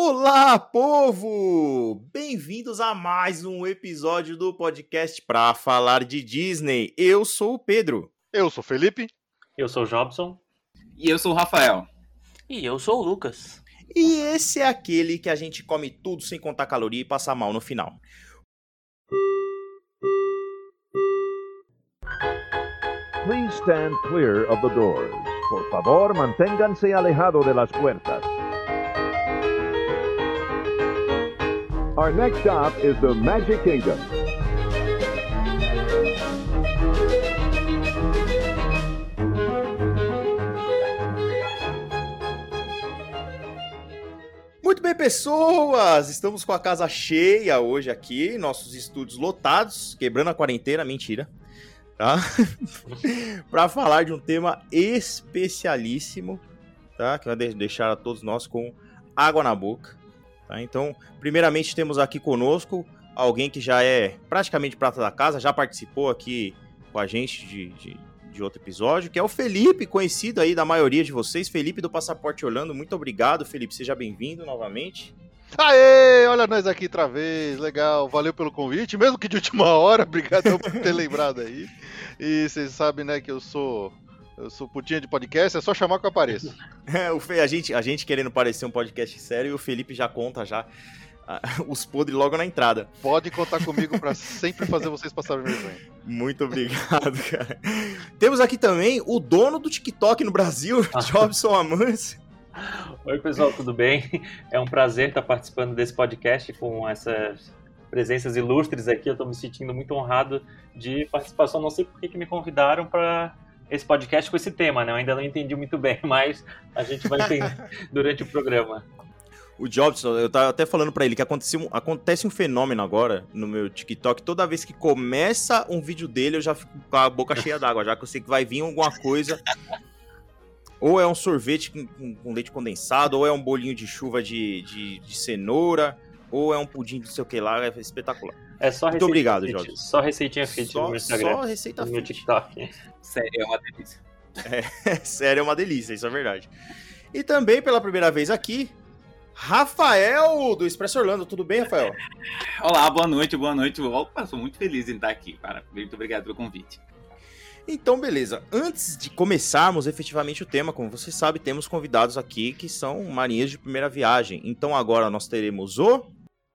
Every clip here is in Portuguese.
Olá, povo! Bem-vindos a mais um episódio do podcast pra falar de Disney. Eu sou o Pedro. Eu sou o Felipe. Eu sou o Jobson. E eu sou o Rafael. E eu sou o Lucas. E esse é aquele que a gente come tudo sem contar caloria e passa mal no final. Please stand clear of the doors. Por favor, manténganse alejado de las puertas. Our next stop is the Magic Kingdom. Muito bem, pessoas! Estamos com a casa cheia hoje aqui, nossos estúdios lotados, quebrando a quarentena, mentira. Tá? Para falar de um tema especialíssimo, tá? Que vai deixar todos nós com água na boca, tá? Então, primeiramente temos aqui conosco alguém que já é praticamente prata da casa, já participou aqui com a gente de outro episódio, que é o Felipe, conhecido aí da maioria de vocês, Felipe do Passaporte Orlando. Muito obrigado, Felipe, seja bem-vindo novamente. Aê, olha nós aqui outra vez, legal, valeu pelo convite, mesmo que de última hora, obrigado por ter lembrado aí. E vocês sabem, né, que eu sou putinha de podcast, é só chamar que eu apareço. A gente querendo parecer um podcast sério, e o Felipe já conta os podres logo na entrada. Pode contar comigo pra sempre fazer vocês passarem vergonha. Muito obrigado, cara. Temos aqui também o dono do TikTok no Brasil, Jobson Amâncio. Oi, pessoal, tudo bem? É um prazer estar participando desse podcast com essas presenças ilustres aqui. Eu estou me sentindo muito honrado de participação. Não sei por que me convidaram para esse podcast com esse tema, né? Eu ainda não entendi muito bem, mas a gente vai entender durante o programa. O Jobson, eu tava até falando pra ele que acontece um fenômeno agora no meu TikTok. Toda vez que começa um vídeo dele, eu já fico com a boca cheia d'água, já que eu sei que vai vir alguma coisa. Ou é um sorvete com leite condensado, ou é um bolinho de chuva de cenoura, ou é um pudim de não sei o que lá, é espetacular. É só muito obrigado, Jobson. Só receitinha fit no meu Instagram. Só receita no meu fit. TikTok. Sério, é uma delícia. Sério, é uma delícia, isso é verdade. E também, pela primeira vez aqui, Rafael, do Expresso Orlando. Tudo bem, Rafael? Olá, boa noite. Opa, sou muito feliz em estar aqui, cara. Muito obrigado pelo convite. Então, beleza. Antes de começarmos efetivamente o tema, como você sabe, temos convidados aqui que são marinheiros de primeira viagem. Então agora nós teremos o...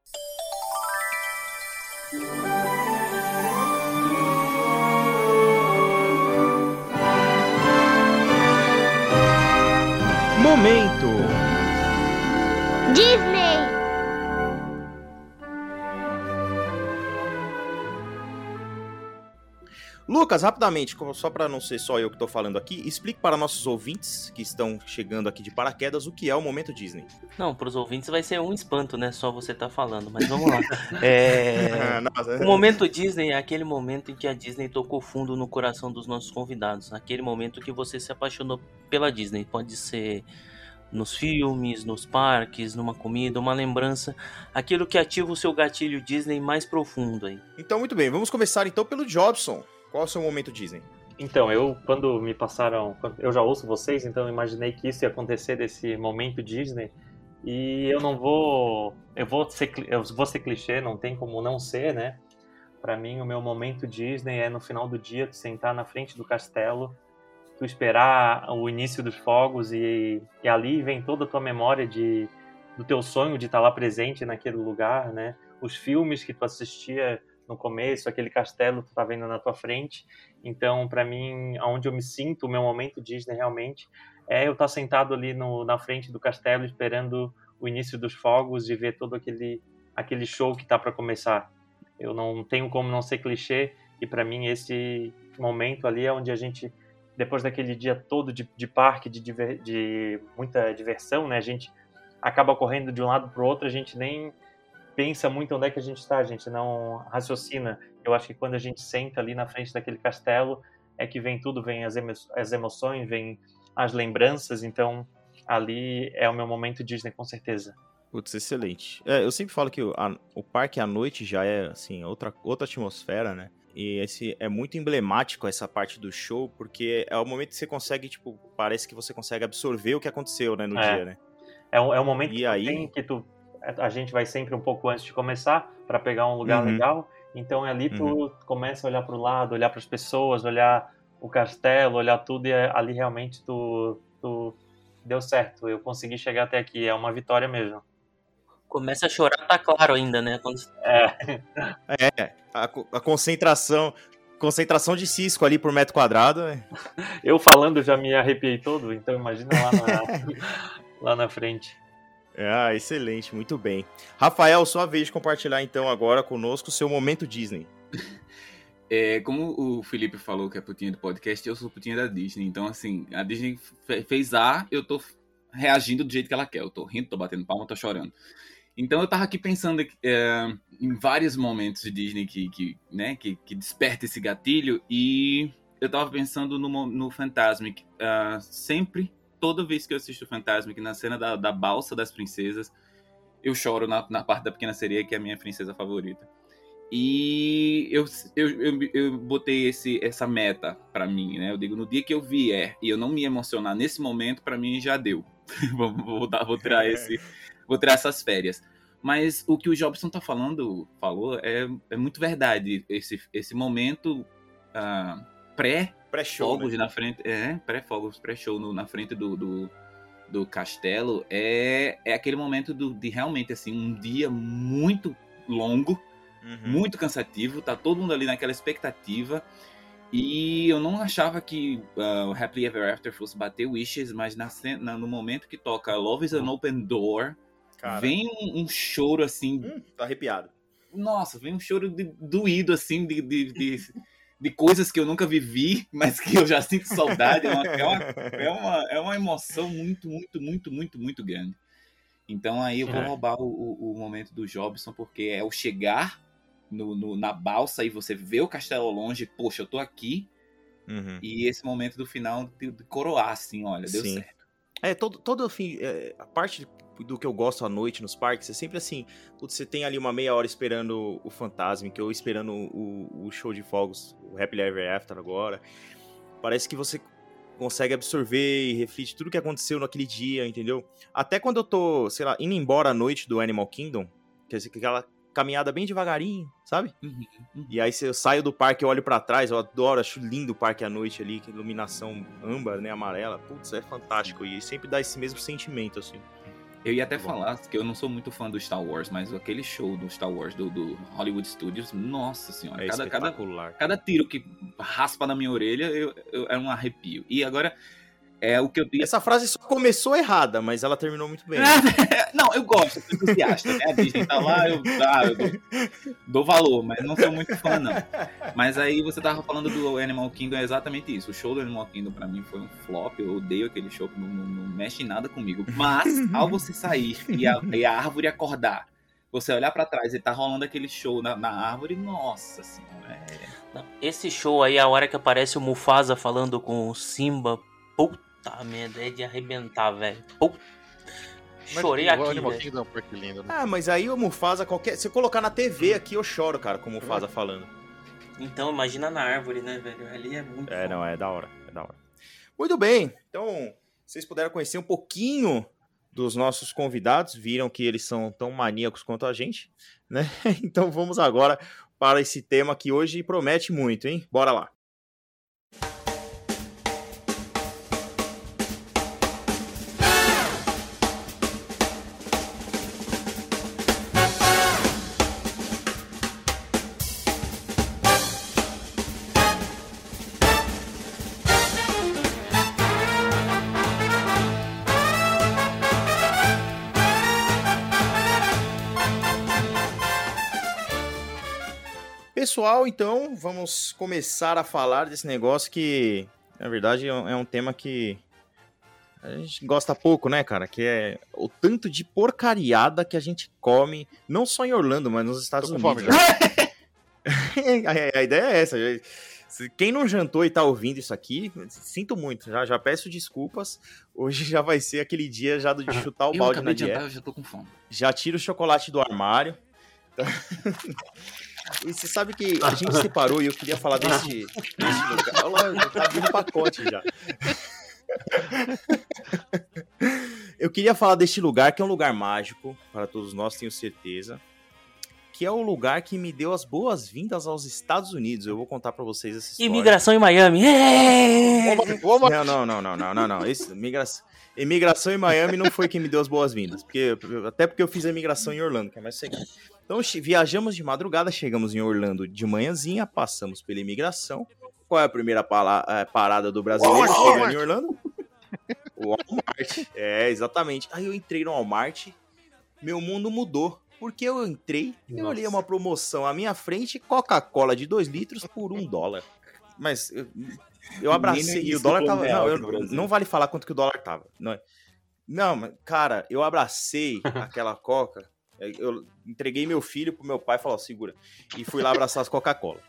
Momento Disney! Lucas, rapidamente, só para não ser só eu que estou falando aqui, explique para nossos ouvintes que estão chegando aqui de paraquedas o que é o Momento Disney. Não, para os ouvintes vai ser um espanto, né? Só você tá falando, mas vamos lá. O Momento Disney é aquele momento em que a Disney tocou fundo no coração dos nossos convidados. Aquele momento que você se apaixonou pela Disney. Pode ser nos filmes, nos parques, numa comida, uma lembrança. Aquilo que ativa o seu gatilho Disney mais profundo aí. Então, muito bem. Vamos começar então pelo Jobson. Qual é o seu momento Disney? Então, quando me passaram... Eu já ouço vocês, então eu imaginei que isso ia acontecer desse momento Disney. E eu vou ser clichê, não tem como não ser, né? Pra mim, o meu momento Disney é no final do dia, tu sentar na frente do castelo, tu esperar o início dos fogos e ali vem toda a tua memória do teu sonho de estar lá presente naquele lugar, né? Os filmes que tu assistia no começo, aquele castelo que tu tá vendo na tua frente. Então, pra mim, onde eu me sinto, o meu momento Disney realmente é eu estar sentado ali na frente do castelo esperando o início dos fogos e ver todo aquele show que tá pra começar. Eu não tenho como não ser clichê e pra mim esse momento ali é onde a gente, depois daquele dia todo de parque, de muita diversão, né, a gente acaba correndo de um lado pro outro, a gente nem pensa muito onde é que a gente está, a gente não raciocina. Eu acho que quando a gente senta ali na frente daquele castelo é que vem tudo, vem as emoções, vem as lembranças, então ali é o meu momento Disney, com certeza. Putz, excelente. Eu sempre falo que o parque à noite já é, assim, outra atmosfera, né? E esse é muito emblemático essa parte do show, porque é o momento que você consegue, tipo, parece que você consegue absorver o que aconteceu, né, no dia, né? É um momento e aí... que tu a gente vai sempre um pouco antes de começar para pegar um lugar legal. Então ali tu começa a olhar para o lado, olhar para as pessoas, olhar o castelo, olhar tudo, e ali realmente tu deu certo. Eu consegui chegar até aqui, é uma vitória mesmo. Começa a chorar, tá claro ainda, né? A concentração de cisco ali por metro quadrado. Eu falando já me arrepiei todo, então imagina lá na frente. Excelente, muito bem. Rafael, sua vez de compartilhar então agora conosco o seu momento Disney. Como o Felipe falou que é putinha do podcast, eu sou putinha da Disney. Então, assim, a Disney fez A, eu tô reagindo do jeito que ela quer. Eu tô rindo, tô batendo palma, tô chorando. Então eu tava aqui pensando em vários momentos de Disney que desperta esse gatilho, e eu tava pensando no Fantasmic. Sempre, toda vez que eu assisto o Fantasmic, na cena da balsa das princesas, eu choro na parte da Pequena Sereia, que é a minha princesa favorita. E eu botei essa meta pra mim, né? Eu digo, no dia que eu vier e eu não me emocionar nesse momento, pra mim já deu. Vou tirar essas férias. Mas o que o Jobson falou é muito verdade. Esse momento pré-fogos, né? Na frente, pré-fogos, pré-show na frente do castelo, é aquele momento de realmente assim, um dia muito longo, muito cansativo, tá todo mundo ali naquela expectativa. E eu não achava que o Happily Ever After fosse bater Wishes, mas no momento que toca Love is an Open Door, cara, vem um choro assim. Tô arrepiado. Nossa, vem um choro doído assim, de coisas que eu nunca vivi, mas que eu já sinto saudade. É uma emoção muito, muito, muito, muito, muito grande. Então aí eu vou roubar o momento do Jobson, porque é o chegar na balsa e você vê o castelo ao longe, poxa, eu tô aqui, e esse momento do final de coroar, assim, olha, deu certo. Todo fim, a parte do que eu gosto à noite nos parques é sempre assim, você tem ali uma meia hora esperando o Fantasmic, ou esperando o show de fogos, o Happily Ever After agora, parece que você consegue absorver e refletir tudo que aconteceu naquele dia, entendeu? Até quando eu tô, sei lá, indo embora à noite do Animal Kingdom, quer dizer, aquela caminhada bem devagarinho, sabe? E aí eu saio do parque, eu olho pra trás, eu adoro, acho lindo o parque à noite ali, que iluminação âmbar, né, amarela, putz, é fantástico, e sempre dá esse mesmo sentimento, assim. Eu ia até falar que eu não sou muito fã do Star Wars, mas aquele show do Star Wars do Hollywood Studios, nossa senhora, cada tiro que raspa na minha orelha é um arrepio. E agora o que eu disse. Essa frase só começou errada, mas ela terminou muito bem. Não, eu gosto, sou entusiasta, né? A Disney tá lá, eu dou valor, mas não sou muito fã, não. Mas aí você tava falando do Animal Kingdom, é exatamente isso. O show do Animal Kingdom pra mim foi um flop, eu odeio aquele show, não mexe em nada comigo. Mas, ao você sair e a árvore acordar, você olhar pra trás e tá rolando aquele show na árvore, nossa senhora. Esse show aí, a hora que aparece o Mufasa falando com o Simba, puta merda, é de arrebentar, velho. Chorei aqui, velho. Lindo, né? Mas aí o Mufasa, se eu colocar na TV aqui, eu choro, cara, com o Mufasa falando. Então, imagina na árvore, né, velho? Ali é muito bom. Não, é da hora. Muito bem, então, vocês puderam conhecer um pouquinho dos nossos convidados, viram que eles são tão maníacos quanto a gente, né? Então vamos agora para esse tema que hoje promete muito, hein? Bora lá. Pessoal, então, vamos começar a falar desse negócio que, na verdade, é um tema que a gente gosta pouco, né, cara? Que é o tanto de porcariada que a gente come, não só em Orlando, mas nos Estados Unidos. A ideia é essa. Quem não jantou e tá ouvindo isso aqui, sinto muito, já peço desculpas. Hoje já vai ser aquele dia já de chutar o balde na dieta. Eu já tô com fome. Já tira o chocolate do armário. E você sabe que a gente separou e eu queria falar desse lugar. Olha lá, tá abrindo pacote já. Eu queria falar deste lugar, que é um lugar mágico para todos nós, tenho certeza. Que é o lugar que me deu as boas-vindas aos Estados Unidos. Eu vou contar pra vocês essa história. Imigração em Miami. Não. Imigração em Miami não foi quem me deu as boas-vindas. Até porque eu fiz a imigração em Orlando, que é mais seguro. Então viajamos de madrugada, chegamos em Orlando de manhãzinha, passamos pela imigração. Qual é a primeira parada do brasileiro chegando em Orlando? O Walmart. É, exatamente. Aí eu entrei no Walmart, meu mundo mudou. Porque eu entrei, eu olhei uma promoção à minha frente, Coca-Cola de 2 litros por $1. Mas eu abracei e o dólar tava... Não vale falar quanto que o dólar tava. Não, mas, cara, eu abracei aquela Coca, eu entreguei meu filho pro meu pai e falou, segura. E fui lá abraçar as Coca-Cola.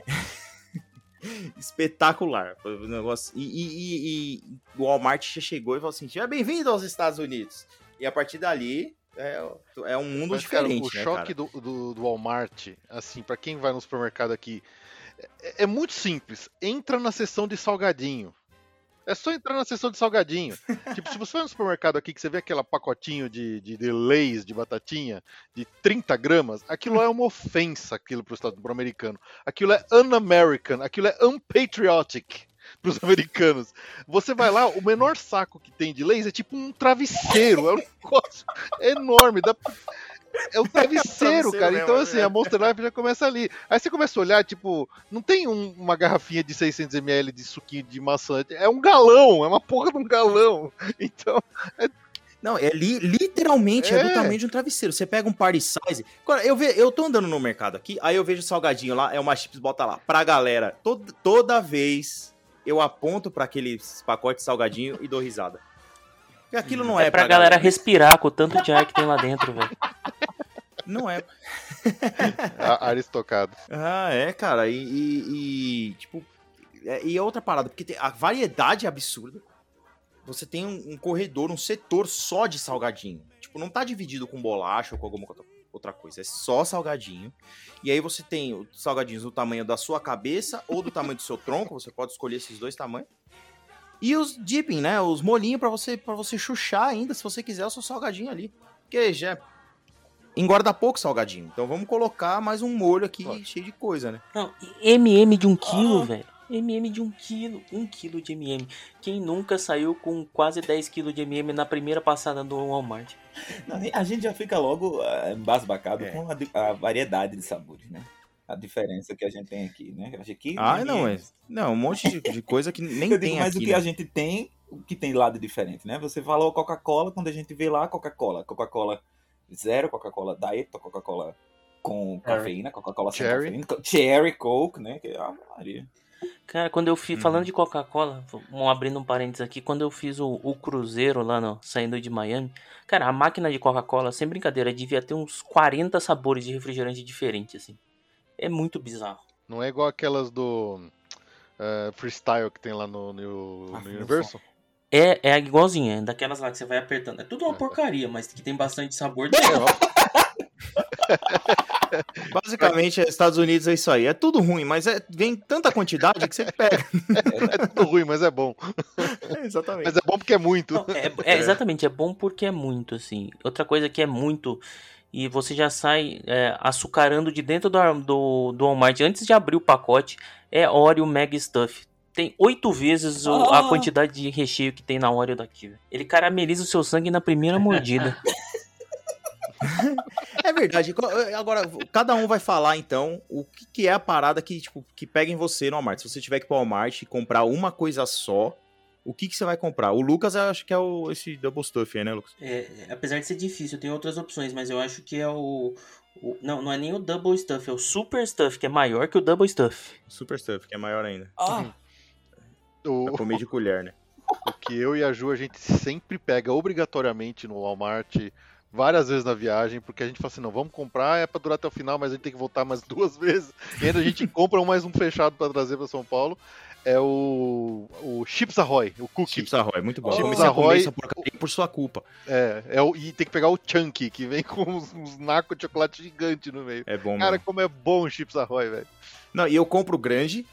Espetacular. Foi um negócio... E o Walmart chegou e falou assim, seja bem-vindo aos Estados Unidos. E a partir dali... É um mundo mas, diferente, cara, o choque do Walmart, assim, pra quem vai no supermercado aqui, é muito simples. Entra na seção de salgadinho. É só entrar na seção de salgadinho. Tipo, se você vai no supermercado aqui, que você vê aquele pacotinho de Lay's, de batatinha, de 30 gramas, aquilo é uma ofensa pro americano. Aquilo é un-American, aquilo é unpatriotic pros americanos. Você vai lá, o menor saco que tem de Lay's é tipo um travesseiro, é um negócio enorme, é um travesseiro, cara. Mesmo, então assim, a Monster Life já começa ali. Aí você começa a olhar, tipo, não tem uma garrafinha de 600ml de suquinho de maçã, é um galão, é uma porra de um galão. Então, não, literalmente é do tamanho de um travesseiro. Você pega um party size. Eu tô andando no mercado aqui, aí eu vejo o salgadinho lá, é uma chips, bota lá. Pra galera, toda vez eu aponto pra aqueles pacotes de salgadinho e dou risada. Porque aquilo não é pra galera respirar com o tanto de ar que tem lá dentro, velho. Não é. Aristocado. Ah, é, cara. Tipo. E é outra parada, porque a variedade é absurda. Você tem um corredor, um setor só de salgadinho. Tipo, não tá dividido com bolacha ou com alguma outra coisa. É só salgadinho. E aí você tem os salgadinhos do tamanho da sua cabeça ou do tamanho do seu tronco. Você pode escolher esses dois tamanhos. E os dipping, né? Os molhinhos pra você chuchar ainda, se você quiser, o seu salgadinho ali. Porque já engorda pouco salgadinho. Então vamos colocar mais um molho aqui cheio de coisa, né? Não, MM de 1 quilo, velho. MM de 1 quilo. 1 quilo de MM. Quem nunca saiu com quase 10 quilos de MM na primeira passada do Walmart? Não, a gente já fica logo embasbacado com a variedade de sabores, né? A diferença que a gente tem aqui, né? Não, um monte de coisa que nem eu tem digo, mas aqui. Mas o que a gente tem, o que tem lá de diferente, né? Você falou Coca-Cola, quando a gente vê lá Coca-Cola zero, Coca-Cola diet, Coca-Cola com cafeína, Coca-Cola sem cafeína, Cherry Coke, né? Que é a Maria. Cara, quando eu fiz, falando de Coca-Cola, abrindo um parênteses aqui, quando eu fiz o cruzeiro lá saindo de Miami, cara, a máquina de Coca-Cola, sem brincadeira, devia ter uns 40 sabores de refrigerante diferentes, assim. É muito bizarro. Não é igual aquelas do Freestyle que tem lá no Universal? É igualzinha, é daquelas lá que você vai apertando. É tudo uma porcaria, mas que tem bastante sabor. Basicamente, Estados Unidos é isso aí. É tudo ruim, mas vem tanta quantidade que você pega. É tudo ruim, mas é bom. Exatamente. Mas é bom porque é muito. Não, exatamente, é bom porque é muito, assim. Outra coisa que é muito... E você já sai açucarando de dentro do Walmart antes de abrir o pacote. É Oreo Mega Stuff. Tem 8 vezes a quantidade de recheio que tem na Oreo daqui. Ele carameliza o seu sangue na primeira mordida. É verdade. Agora, cada um vai falar, então, o que é a parada que pega em você no Walmart. Se você tiver que ir pro Walmart e comprar uma coisa só, o que você vai comprar? O Lucas, eu acho que é esse Double Stuff aí, né, Lucas? Apesar de ser difícil, tem outras opções, mas eu acho que é não é nem o Double Stuff, é o Super Stuff, que é maior que o Double Stuff. Super Stuff, que é maior ainda. Pra comer de colher, né? O que eu e a Ju, a gente sempre pega obrigatoriamente no Walmart, várias vezes na viagem, porque a gente fala assim, não, vamos comprar, é pra durar até o final, mas a gente tem que voltar mais 2 vezes. E ainda a gente compra mais um fechado pra trazer pra São Paulo. É o Chips Ahoy, o cookie. Chips Ahoy, muito bom. Chips Ahoy por sua culpa. E tem que pegar o Chunky, que vem com uns nacos de chocolate gigante no meio. É bom, cara, mano. Como é bom o Chips Ahoy, velho. Não, e eu compro o grande,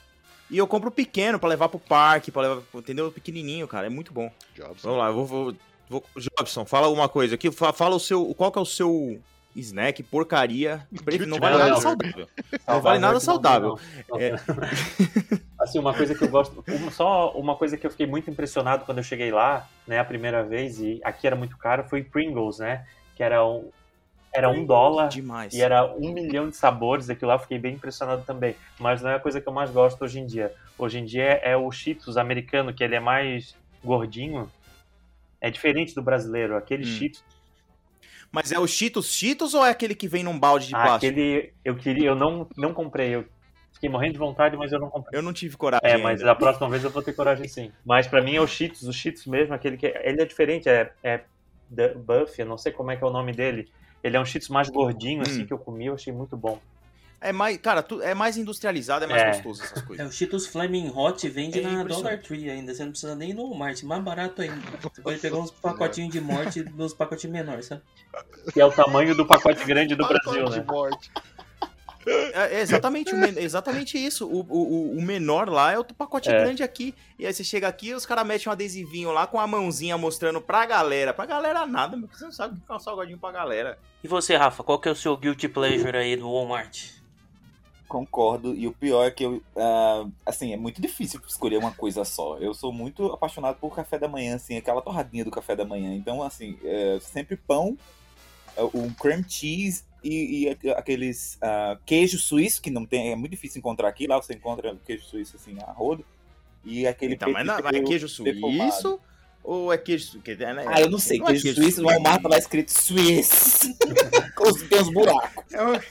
E eu compro pequeno pra levar pro parque, pra levar, entendeu? Pequenininho, cara, é muito bom. Jobson. Vamos lá, eu vou... Jobson, fala alguma coisa aqui. Fala qual que é o seu snack, porcaria. Não vale nada saudável. Não vale nada saudável. Assim, uma coisa que eu gosto... Só uma coisa que eu fiquei muito impressionado quando eu cheguei lá, né, a primeira vez, e aqui era muito caro, foi Pringles, né? Que era $1 demais. E era 1 milhão de sabores. Aquilo lá eu fiquei bem impressionado também. Mas não é a coisa que eu mais gosto hoje em dia. Hoje em dia é o Cheetos americano, que ele é mais gordinho. É diferente do brasileiro. Aquele Cheetos... Mas é o Cheetos ou é aquele que vem num balde de plástico? Aquele eu não comprei. Eu fiquei morrendo de vontade, mas eu não comprei. Eu não tive coragem mas ainda. a próxima vez eu vou ter coragem sim. Mas pra mim é o Cheetos mesmo, aquele que... Ele é diferente, é Buff, eu não sei como é que é o nome dele. Ele é um Cheetos mais gordinho, assim, que eu comi, eu achei muito bom. É mais, cara, é mais industrializado, é mais gostoso essas coisas. O Cheetos Flaming Hot vende na Dollar Tree ainda, você não precisa nem ir no Walmart, mais barato ainda. Você pode pegar uns pacotinhos de morte nos pacotinhos menores, sabe? Que é o tamanho do pacote grande do Brasil, né? De morte. É exatamente isso. O menor lá é o pacote grande aqui. E aí você chega aqui, os caras metem um adesivinho lá com a mãozinha mostrando pra galera. Pra galera nada, meu. Você não sabe o que é um salgadinho pra galera. E você, Rafa, qual que é o seu guilty pleasure aí do Walmart? Concordo, e o pior é que assim, é muito difícil escolher uma coisa só. Eu sou muito apaixonado por café da manhã, assim, aquela torradinha do café da manhã. Então, assim, sempre pão, um cream cheese e aqueles queijo suíço, que não tem, é muito difícil encontrar aqui. Lá você encontra queijo suíço, assim, a rodo. E aquele mas é queijo suíço ou é queijo... eu não sei, queijo suíço, no Walmart tá lá escrito Swiss. Tem uns buracos.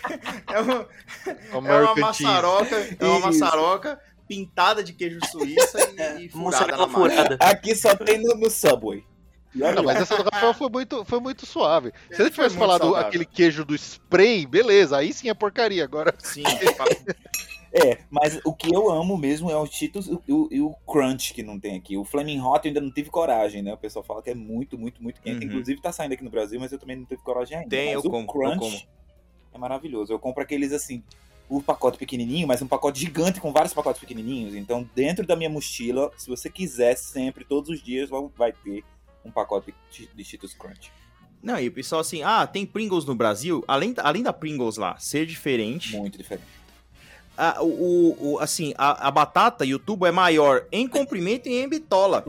É uma maçaroca pintada de queijo suíça e furada na massa. Aqui só tem no Subway. Não, mas essa do Rafael foi muito suave. Se ele tivesse falado aquele queijo do spray, beleza, aí sim é porcaria. Agora sim. Mas o que eu amo mesmo é o Cheetos e o Crunch, que não tem aqui. O Flaming Hot eu ainda não tive coragem, né? O pessoal fala que é muito, muito, muito quente. Inclusive tá saindo aqui no Brasil, mas eu também não tive coragem ainda. Mas o Crunch é maravilhoso. Eu compro aqueles assim, o pacote pequenininho, mas um pacote gigante com vários pacotes pequenininhos. Então dentro da minha mochila, se você quiser sempre, todos os dias, vai ter um pacote de Cheetos Crunch. Não, e o pessoal assim, tem Pringles no Brasil, além da Pringles lá ser diferente... Muito diferente. Assim, a batata e o tubo é maior em comprimento e em bitola.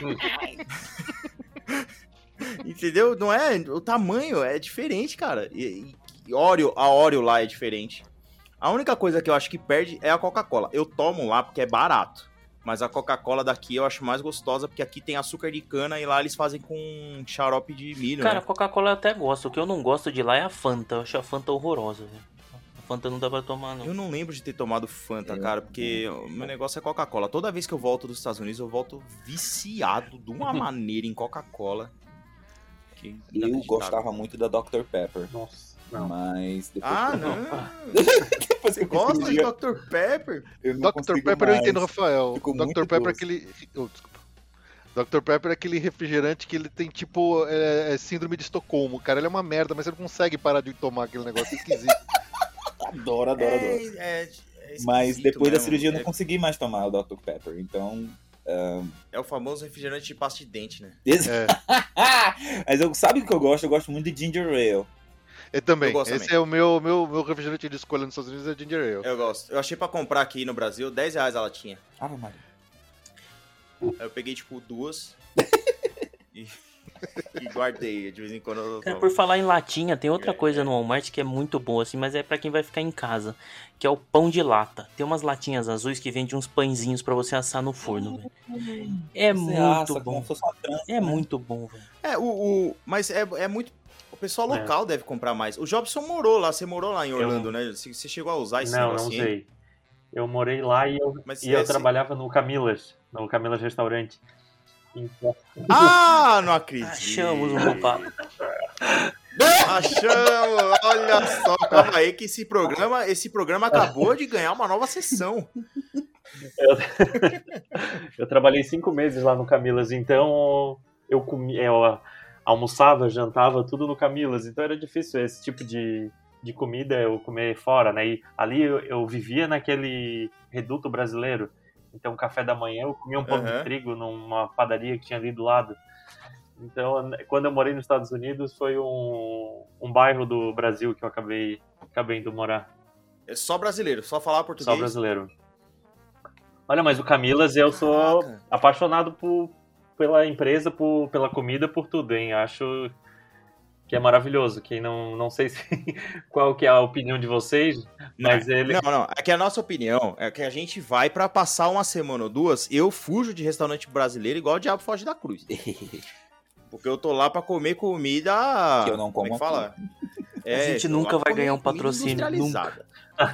Entendeu? Não é? O tamanho é diferente, cara. A Oreo lá é diferente. A única coisa que eu acho que perde é a Coca-Cola. Eu tomo lá porque é barato. Mas a Coca-Cola daqui eu acho mais gostosa, porque aqui tem açúcar de cana e lá eles fazem com xarope de milho. Cara, né? A Coca-Cola eu até gosto. O que eu não gosto de lá é a Fanta. Eu acho a Fanta horrorosa, velho. Fanta não dá pra tomar, não. Eu não lembro de ter tomado Fanta, cara, porque o meu negócio é Coca-Cola. Toda vez que eu volto dos Estados Unidos, eu volto viciado de uma maneira em Coca-Cola. Eu gostava muito da Dr. Pepper. Nossa, não. Mas depois não! Você gosta de Dr. Pepper? Dr. Pepper eu entendo, Rafael. Dr. Pepper é aquele... desculpa. Dr. Pepper é aquele refrigerante que ele tem tipo síndrome de Estocolmo. Cara, ele é uma merda, mas você não consegue parar de tomar aquele negócio esquisito. Adoro. Mas depois da cirurgia eu não consegui mais tomar o Dr. Pepper, então... É o famoso refrigerante de pasta de dente, né? Mas sabe o que eu gosto? Eu gosto muito de Ginger Ale. Eu também. Esse é o meu refrigerante de escolha nos Estados Unidos, é Ginger Ale. Eu gosto. Eu achei pra comprar aqui no Brasil, R$10 a latinha. Maria. Aí eu peguei, tipo, 2 e guardei. De vez em quando eu Cara, por falar em latinha, tem outra coisa no Walmart que é muito boa, assim, mas é pra quem vai ficar em casa, que é o pão de lata. Tem umas latinhas azuis que vendem uns pãezinhos pra você assar no forno, velho. É muito bom. É muito bom, velho. Mas é muito... O pessoal local deve comprar mais. O Jobson morou lá, você morou lá em Orlando, né? Você chegou a usar esse negócio? Não usei. Eu morei lá e eu trabalhava no Camilas Restaurante. Então... não acredito. Achamos um culpado. Achamos, olha só, calma aí que esse programa acabou de ganhar uma nova sessão. Eu trabalhei 5 meses lá no Camilas, então eu almoçava, jantava, tudo no Camilas, então era difícil esse tipo de comida eu comer fora, né? E ali eu vivia naquele reduto brasileiro, Então, café da manhã, eu comia um pão de trigo numa padaria que tinha ali do lado. Então, quando eu morei nos Estados Unidos, foi um bairro do Brasil que eu acabei indo morar. É só brasileiro, só falar português? Só brasileiro. Olha, mas o Camilas, eu sou apaixonado pela empresa, pela comida, por tudo, hein? Acho que é maravilhoso. Que não sei qual que é a opinião de vocês, mas ele... Não. É que a nossa opinião é que a gente vai pra passar uma semana ou duas, eu fujo de restaurante brasileiro igual o diabo foge da cruz. Porque eu tô lá pra comer comida... Que eu não como. Como é que fala? A gente nunca vai ganhar um patrocínio. Nunca.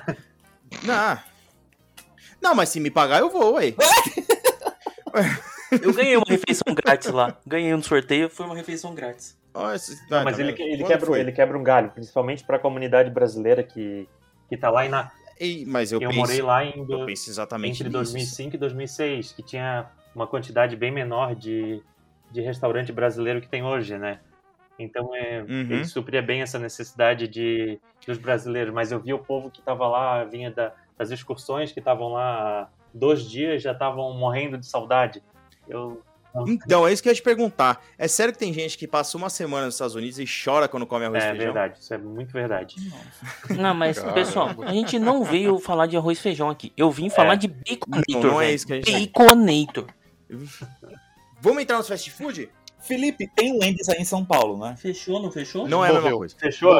Não, mas se me pagar, eu vou, ué. Eu ganhei uma refeição grátis lá. Ganhei um sorteio, foi uma refeição grátis. Não, mas ele quebra um galho, principalmente pra comunidade brasileira que tá lá mas eu morei lá entre exatamente 2005 e 2006, que tinha uma quantidade bem menor de restaurante brasileiro que tem hoje, né? Então, ele supria bem essa necessidade dos brasileiros. Mas eu vi o povo que estava lá, vinha das excursões, que estavam lá 2 dias, já estavam morrendo de saudade. Então, é isso que eu ia te perguntar. É sério que tem gente que passa uma semana nos Estados Unidos e chora quando come arroz e feijão? É verdade, isso é muito verdade. Não, mas, pessoal, a gente não veio falar de arroz e feijão aqui. Eu vim falar de Baconator. Não é isso que a gente... Baconator. Vamos entrar nos fast food? Felipe, tem Wendy's aí em São Paulo, né? Fechou, não fechou? Não é a mesma coisa. Fechou?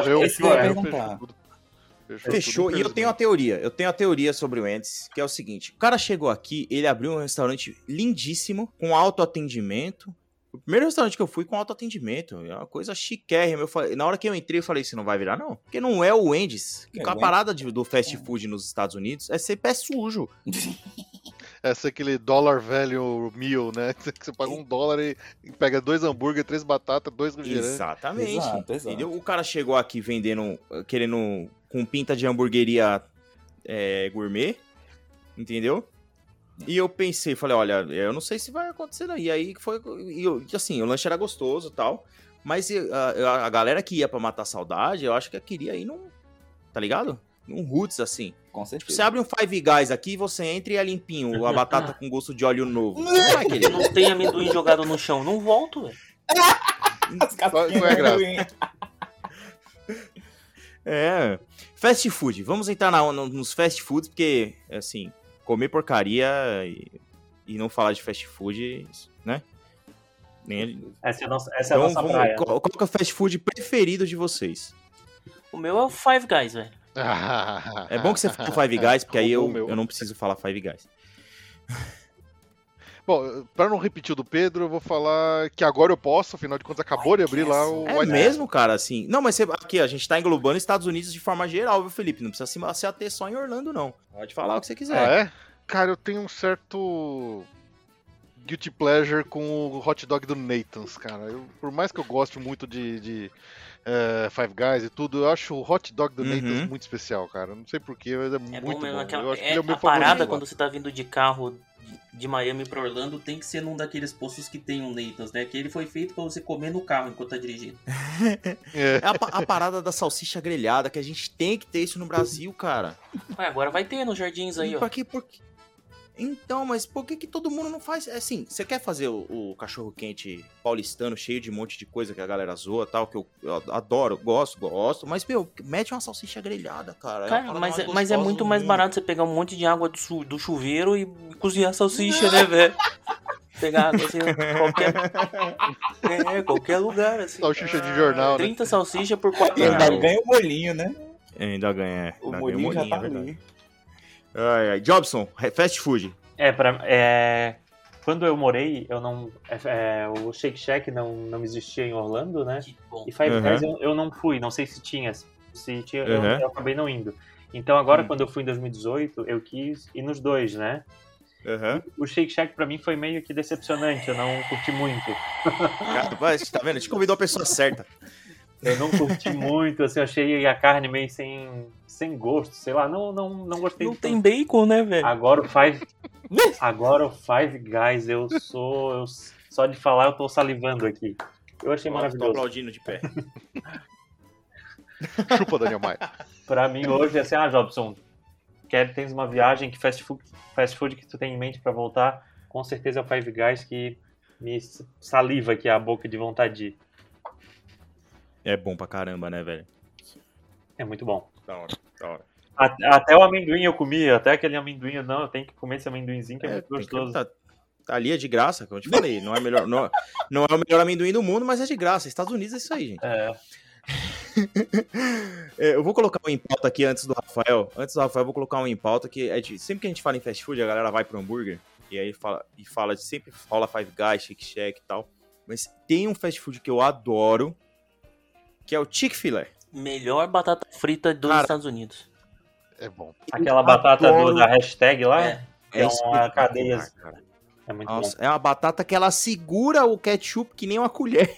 Fechou. E eu tenho uma teoria. Eu tenho uma teoria sobre o Wendy's, que é o seguinte. O cara chegou aqui, ele abriu um restaurante lindíssimo, com autoatendimento. O primeiro restaurante que eu fui com autoatendimento. É uma coisa chiquérrima. Na hora que eu entrei, eu falei, isso não vai virar, não. Porque não é o Wendy's. A parada do fast food nos Estados Unidos é ser pé sujo. É ser aquele dollar value meal, né? Você paga $1 e pega 2 hambúrguer, 3 batatas, 2 refrigerantes. Exatamente. Exato. Entendeu? O cara chegou aqui querendo com pinta de hamburgueria gourmet, entendeu? E eu pensei, falei, olha, eu não sei se vai acontecer não. E aí foi, assim, o lanche era gostoso e tal, mas a galera que ia pra matar a saudade, eu acho que queria ir num, tá ligado? Num Roots, assim. Com certeza. Você abre um Five Guys aqui, você entra e é limpinho, a batata com gosto de óleo novo. Você não vai querer. Não tem amendoim jogado no chão, não volto, velho. Não é graça. Fast food. Vamos entrar nos fast foods, porque, assim, comer porcaria e não falar de fast food, né? Essa é a nossa praia. Qual que é o fast food preferido de vocês? O meu é o Five Guys, velho. É bom que você falou Five Guys, porque aí eu não preciso falar Five Guys. Bom, pra não repetir o do Pedro, eu vou falar que agora eu posso, afinal de contas acabou de abrir lá o... É mesmo, cara, assim... Não, mas aqui, a gente tá englobando Estados Unidos de forma geral, viu, Felipe? Não precisa se ater só em Orlando, não. Pode falar o que você quiser. Ah, é? Cara, eu tenho um certo guilty pleasure com o hot dog do Nathan's, cara. Por mais que eu goste muito de Five Guys e tudo, eu acho o hot dog do Nathan's muito especial, cara. Não sei porquê, mas é muito bom. Eu acho que ele é o meu favorito. A parada quando você tá vindo de carro de Miami pra Orlando tem que ser num daqueles postos que tem um Nathan's, né? Que ele foi feito pra você comer no carro enquanto tá dirigindo. É a parada da salsicha grelhada, que a gente tem que ter isso no Brasil, cara. Agora vai ter nos jardins aí, ó. Então, mas por que todo mundo não faz? Assim, você quer fazer o cachorro-quente paulistano cheio de um monte de coisa que a galera zoa e tal, que eu adoro, gosto, mas, meu, mete uma salsicha grelhada, cara. Mas é muito mais barato você pegar um monte de água do chuveiro e cozinhar a salsicha, né, velho? Pegar água assim, qualquer lugar, assim. Salsicha de jornal, 30 salsichas por R$4. Ainda ganha o bolinho, né? Ainda ganha. O bolinho já tá ali. Jobson, fast food. Quando eu morei, o Shake Shack não existia em Orlando, né? E Five Guys eu não fui, não sei se tinha. Se tinha, eu acabei não indo. Então agora, quando eu fui em 2018, eu quis ir nos dois, né? O Shake Shack pra mim foi meio que decepcionante, eu não curti muito. Cara, tá vendo? Te convidou a pessoa certa. Eu não curti muito, assim, eu achei a carne meio sem gosto, sei lá, não gostei. Não tem bacon, né, velho? Agora o Five Guys, só de falar eu tô salivando aqui. Eu achei maravilhoso. Tô aplaudindo de pé. Chupa, Daniel Maia. Pra mim hoje, assim, Jobson, tens uma viagem, que fast food que tu tem em mente pra voltar, com certeza é o Five Guys, que me saliva aqui a boca de vontade de ir. É bom pra caramba, né, velho? É muito bom. Da hora, da hora. Até o amendoim eu comi, até aquele amendoim, não, eu tenho que comer esse amendoinzinho que é muito gostoso. Tá ali é de graça, como eu te falei. Não é, melhor, não é o melhor amendoim do mundo, mas é de graça. Estados Unidos é isso aí, gente. Eu vou colocar um em pauta aqui antes do Rafael. Antes do Rafael, eu vou colocar um em pauta que sempre que a gente fala em fast food, a galera vai pro hambúrguer. E aí fala sempre rola Five Guys, Shake Shack e tal. Mas tem um fast food que eu adoro, que é o Chick-fil-A. Melhor batata frita dos Estados Unidos. É bom. Aquela batata da hashtag lá, é uma cadeia. É muito Nossa, bom. é uma batata que ela segura o ketchup que nem uma colher.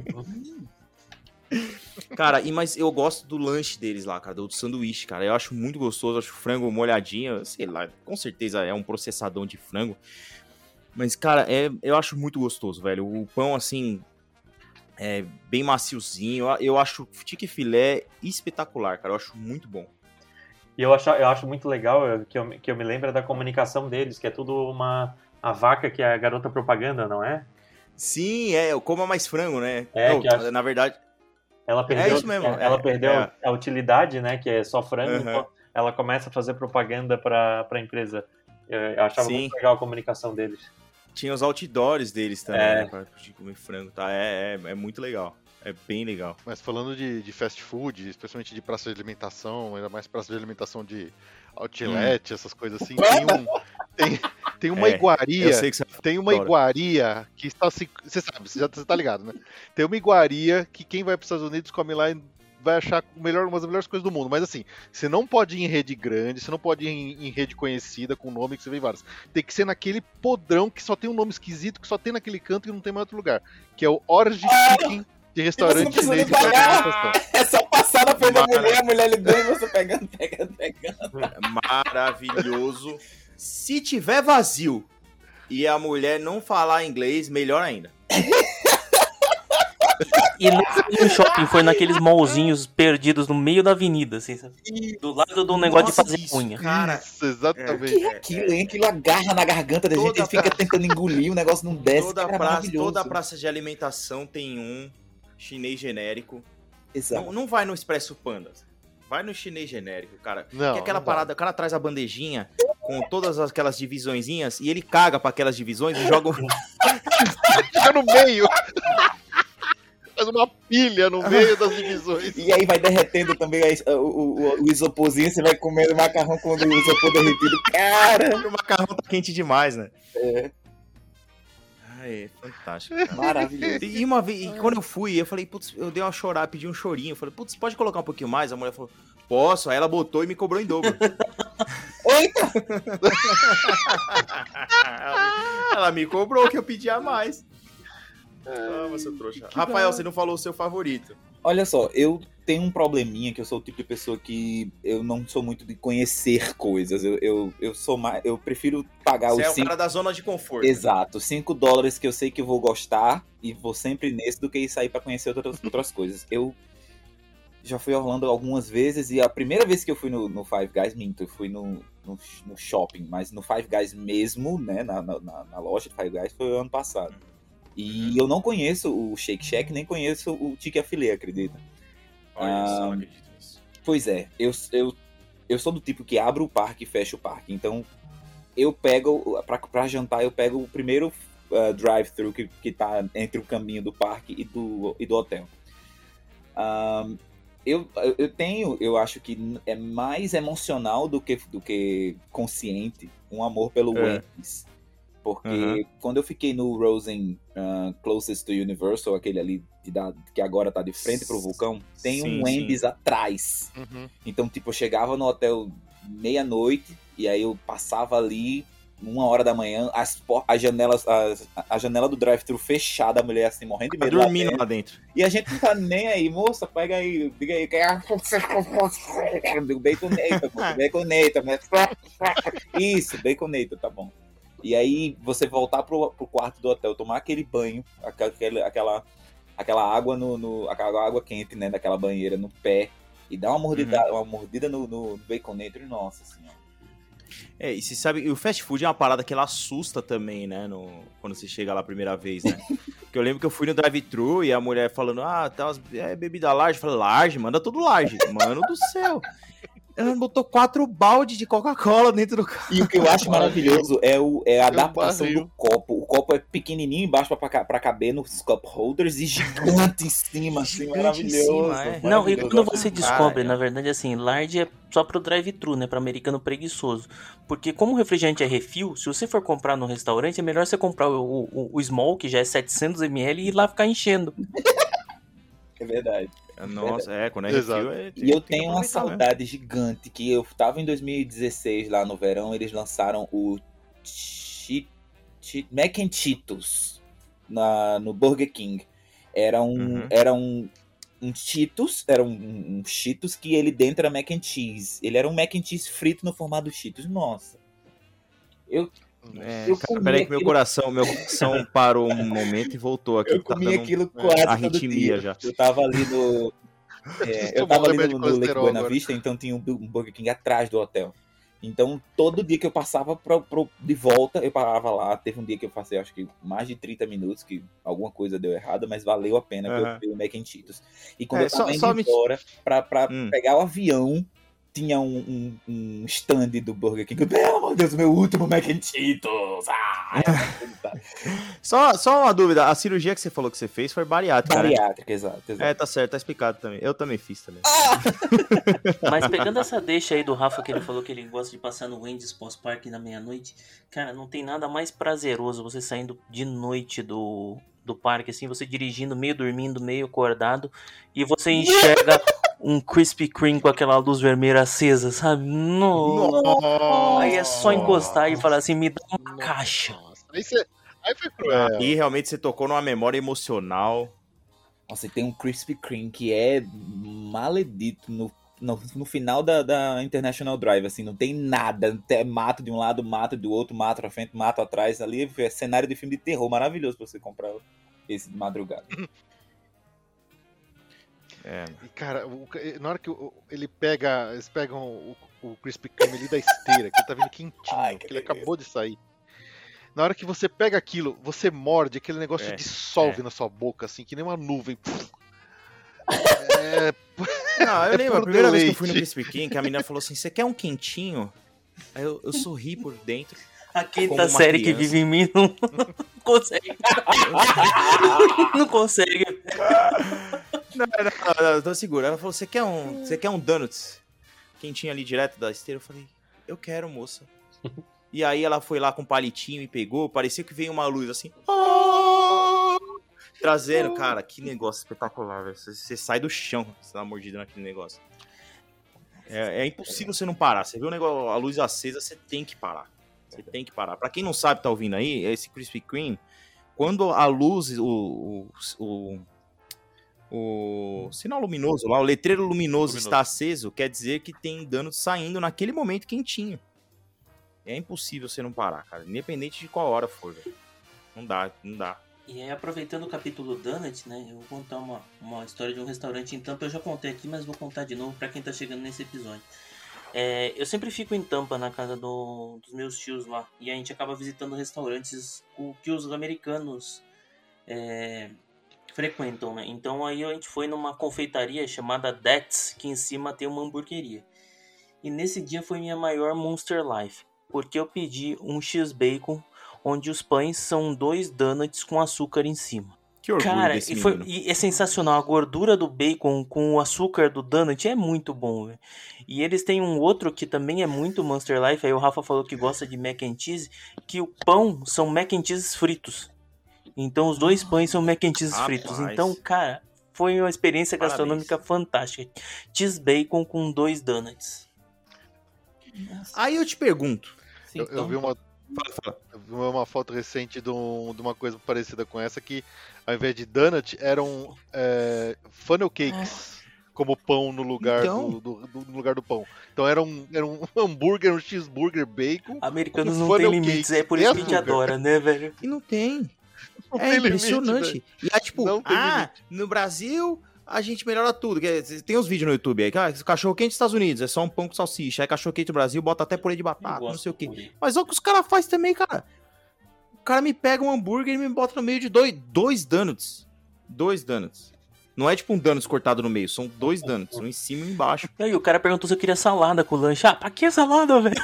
Cara, mas eu gosto do lanche deles lá, cara, do sanduíche, cara. Eu acho muito gostoso, acho frango molhadinho, sei lá, com certeza é um processadão de frango. Mas, cara, eu acho muito gostoso, velho. O pão, assim, é bem maciozinho. Eu acho o Chick-fil-A espetacular, cara. Eu acho muito bom. E eu acho muito legal que eu me lembro da comunicação deles, que é tudo a vaca que é a garota propaganda, não é? Sim, eu como mais frango, né? Na verdade... Ela perdeu, isso mesmo. Ela perdeu a utilidade, né? Que é só frango. Então ela começa a fazer propaganda pra empresa. Eu achava muito legal a comunicação deles. Tinha os outdoors deles também, né? Pra comer frango, tá? É muito legal. É bem legal. Mas falando de fast food, especialmente de praça de alimentação, ainda mais praça de alimentação de outlet, essas coisas assim, tem uma iguaria. Tem uma iguaria que está assim. Você sabe, você tá ligado, né? Tem uma iguaria que quem vai para os Estados Unidos come lá e vai achar uma das melhores coisas do mundo. Mas assim, você não pode ir em rede grande, você não pode ir em rede conhecida, com nome que você vê vários. Tem que ser naquele podrão que só tem um nome esquisito, que só tem naquele canto e não tem mais outro lugar. Que é o Orange Chicken de restaurante chinês de alimentação. É só passar na frente da mulher, a mulher lhe dá e você pegando. Maravilhoso. Se tiver vazio e a mulher não falar inglês, melhor ainda. E não foi no shopping, foi naqueles mallzinhos perdidos no meio da avenida, assim, sabe? Do lado de um negócio de fazer unha. Cara, isso, exatamente. Aquilo agarra na garganta da gente, ele fica tentando engolir, o negócio não desce. Toda praça de alimentação tem um chinês genérico. Exato. Não vai no Expresso Panda. Vai no chinês genérico, cara. Não, que é aquela parada, o cara traz a bandejinha com todas aquelas divisõezinhas e ele caga pra aquelas divisões e joga fica no meio. Faz uma pilha no meio das divisões. E aí vai derretendo também o isoporzinho, você vai comendo macarrão com o isopor derretido. Cara! O macarrão tá quente demais, né? É fantástico, cara. Maravilhoso. E uma vez, quando eu fui, eu falei, putz, eu dei uma chorada, pedi um chorinho. Eu falei, putz, pode colocar um pouquinho mais? A mulher falou, posso. Aí ela botou e me cobrou em dobro. Eita! Ela me cobrou que eu pedi a mais. Seu trouxa. Rafael, você não falou o seu favorito. Olha só, eu tenho um probleminha que eu sou o tipo de pessoa que eu não sou muito de conhecer coisas. Eu prefiro pagar você os é o cara da zona de conforto. Exato, $5 que eu sei que eu vou gostar e vou sempre nesse do que ir sair pra conhecer outras coisas. Eu já fui a Orlando algumas vezes e a primeira vez que eu fui no Five Guys, minto, eu fui no shopping, mas no Five Guys mesmo, né, na loja do Five Guys foi o ano passado. E eu não conheço o Shake Shack, nem conheço o Chick-fil-A, acredita? Olha só, não acredito nisso. Pois é, eu sou do tipo que abre o parque e fecha o parque. Então, eu pego, pra jantar, eu pego o primeiro drive-thru que tá entre o caminho do parque e do hotel. Eu acho que é mais emocional do que consciente um amor pelo Wendy's. Porque quando eu fiquei no Rosen Closest to Universal, aquele ali que agora tá de frente pro vulcão, tem um Wendy's atrás. Então, tipo, eu chegava no hotel meia-noite e aí eu passava ali 1h da manhã, a janela do drive-thru fechada, a mulher assim, morrendo de medo. Dormindo lá dentro. E a gente não tá nem aí, moça, pega aí, diga aí, baconator, isso, baconator, tá bom. E aí você voltar pro quarto do hotel, tomar aquele banho, aquela água aquela água quente, né, daquela banheira no pé, e dar uma mordida no baconator, nossa senhora. E você sabe, o fast food é uma parada que ela assusta também, né? Quando você chega lá a primeira vez, né? Porque eu lembro que eu fui no drive-thru e a mulher falando, tá umas bebida large. Eu falei, large? Manda tudo large. Mano do céu. Ela botou 4 baldes de Coca-Cola dentro do carro. E o que eu acho maravilhoso é a adaptação do copo. O copo é pequenininho embaixo pra caber nos cup holders e gigante em cima, assim, maravilhoso. Não, e quando você descobre, na verdade, assim, large é só pro drive-thru, né, pra americano preguiçoso. Porque como o refrigerante é refil, se você for comprar no restaurante, é melhor você comprar o small, que já é 700ml, e ir lá ficar enchendo. É verdade. Nossa, quando é refil... E eu tenho uma saudade gigante, que eu tava em 2016 lá no verão, eles lançaram o Mac and Cheetos no Burger King. Era um Cheetos, era um Cheetos que ele dentro era Mac and Cheese. Ele era um Mac and Cheese frito no formato Cheetos. Nossa. Peraí que meu coração parou um momento e voltou aqui. Eu comi aquilo quase arritmia já. Eu tava ali no Lake Buena Vista, então tinha um Burger King atrás do hotel. Então, todo dia que eu passava de volta, eu parava lá. Teve um dia que eu passei, acho que mais de 30 minutos, que alguma coisa deu errada, mas valeu a pena que eu vi o Mac and Cheetos. E quando eu tava indo embora pra pegar o avião, tinha um stand do Burger King. Pelo amor de Deus, meu último Mac and Cheetos! Só uma dúvida, a cirurgia que você falou que você fez foi bariátrica, Bariátrica, exato. Tá certo, tá explicado também. Eu também fiz também. Mas pegando essa deixa aí do Rafa, que ele falou que ele gosta de passar no Wendy's pós-park na meia-noite, cara, não tem nada mais prazeroso você saindo de noite do parque, assim, você dirigindo, meio dormindo, meio acordado, e você enxerga um Krispy Kreme com aquela luz vermelha acesa, sabe? Nossa. Aí é só encostar e falar assim, me dá uma caixa. Aí foi cruel. E realmente você tocou numa memória emocional. Nossa, e tem um Krispy Kreme que é maledito no final da International Drive, assim, não tem nada, mato de um lado, mato do outro, mato pra frente, mato atrás, ali é cenário de filme de terror, maravilhoso pra você comprar esse de madrugada. E cara, na hora que eles pegam o Krispy Kreme ali da esteira, que ele tá vindo quentinho, que ele acabou de sair. Na hora que você pega aquilo, você morde, aquele negócio dissolve na sua boca, assim, que nem uma nuvem. Não, eu lembro, a primeira vez que eu fui no Krispy Kreme, que a menina falou assim, você quer um quentinho? Aí eu sorri por dentro. A quinta série que vive em mim não consegue. Não consegue. Não, tô seguro. Ela falou, você quer um donuts? Quentinho ali direto da esteira? Eu falei, eu quero, moça. E aí ela foi lá com um palitinho e pegou, parecia que veio uma luz assim. Trazendo, cara, que negócio espetacular, velho. Você sai do chão, você dá uma mordida naquele negócio. É impossível você não parar. Você vê o negócio, a luz acesa, você tem que parar. Você tem que parar. Pra quem não sabe, tá ouvindo aí, esse Krispy Kreme, quando a luz, o sinal luminoso lá, o letreiro luminoso está aceso, quer dizer que tem dano saindo naquele momento quentinho. É impossível você não parar, cara. Independente de qual hora for, velho. Não dá. E aí, aproveitando o capítulo Donut, né, eu vou contar uma história de um restaurante em Tampa. Eu já contei aqui, mas vou contar de novo pra quem tá chegando nesse episódio. Eu sempre fico em Tampa, na casa dos meus tios lá. E a gente acaba visitando restaurantes que os americanos frequentam, né? Então aí a gente foi numa confeitaria chamada That's, que em cima tem uma hamburgueria. E nesse dia foi minha maior Monster Life, porque eu pedi um X-Bacon, onde os pães são 2 donuts com açúcar em cima. Que orgulho, cara, desse menino. E é sensacional. A gordura do bacon com o açúcar do donut é muito bom, véio. E eles têm um outro que também é muito Monster Life. Aí o Rafa falou que gosta de mac and cheese, que o pão são mac and cheese fritos. Então os 2 pães são mac and cheese fritos. Então, cara, foi uma experiência gastronômica fantástica. Cheese bacon com 2 donuts. Aí eu te pergunto. Eu vi uma foto recente de uma coisa parecida com essa, que ao invés de donut eram funnel cakes como pão no lugar, no lugar do pão. Então era um hambúrguer, um cheeseburger, bacon. Americanos não tem limites, é por isso que a gente adora, né, velho? E não tem. É impressionante. Limite, e é tipo, no Brasil a gente melhora tudo. Tem uns vídeos no YouTube aí, cachorro quente dos Estados Unidos, é só um pão com salsicha. Aí cachorro quente do Brasil, bota até purê de batata, não sei o quê. Mas olha o que os caras fazem também, cara. O cara me pega um hambúrguer e me bota no meio de dois donuts. 2 donuts. Não é tipo um donuts cortado no meio, são 2 donuts, um em cima e embaixo. E aí o cara perguntou se eu queria salada com o lanche. Ah, pra que salada, velho?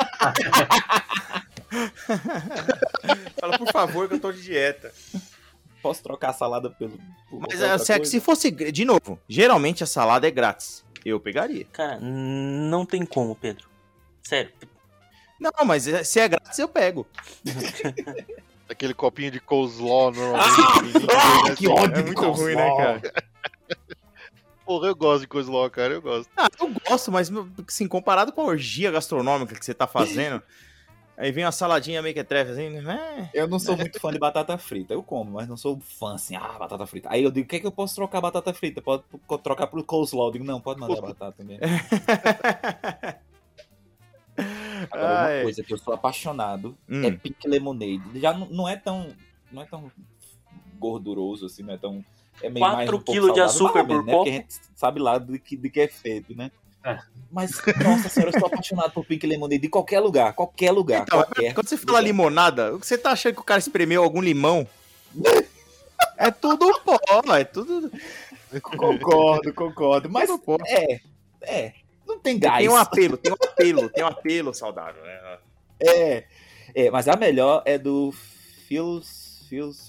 Fala, por favor, que eu tô de dieta. Posso trocar a salada por Mas se fosse, de novo, geralmente a salada é grátis. Eu pegaria. Cara, não tem como, Pedro. Sério. Não, mas se é grátis, eu pego. Aquele copinho de coleslaw normalmente. Que ódio é muito ruim, né, cara? Porra, eu gosto de coleslaw, cara, eu gosto. Eu gosto, mas assim, comparado com a orgia gastronômica que você tá fazendo, aí vem uma saladinha mequetrefe, assim, né? Eu não sou muito fã de batata frita, eu como, mas não sou fã, assim, batata frita. Aí eu digo, o que é que eu posso trocar batata frita? Pode trocar pro coleslaw? Eu digo, não, pode mandar batata mesmo. Agora, uma coisa que eu sou apaixonado é Pink Lemonade. Já não é tão gorduroso, assim, não é tão... É meio 4 kg de açúcar por né? copo. Porque a gente sabe lá do que é feito, né? Mas, nossa senhora, eu sou apaixonado por Pink Lemonade de qualquer lugar. Então, quando você fala lugar. limonada, você tá achando que o cara espremeu algum limão? É tudo pó, é tudo... Concordo. Mas não tem gás. Tem um apelo saudável, né? Mas a melhor é do Phillies.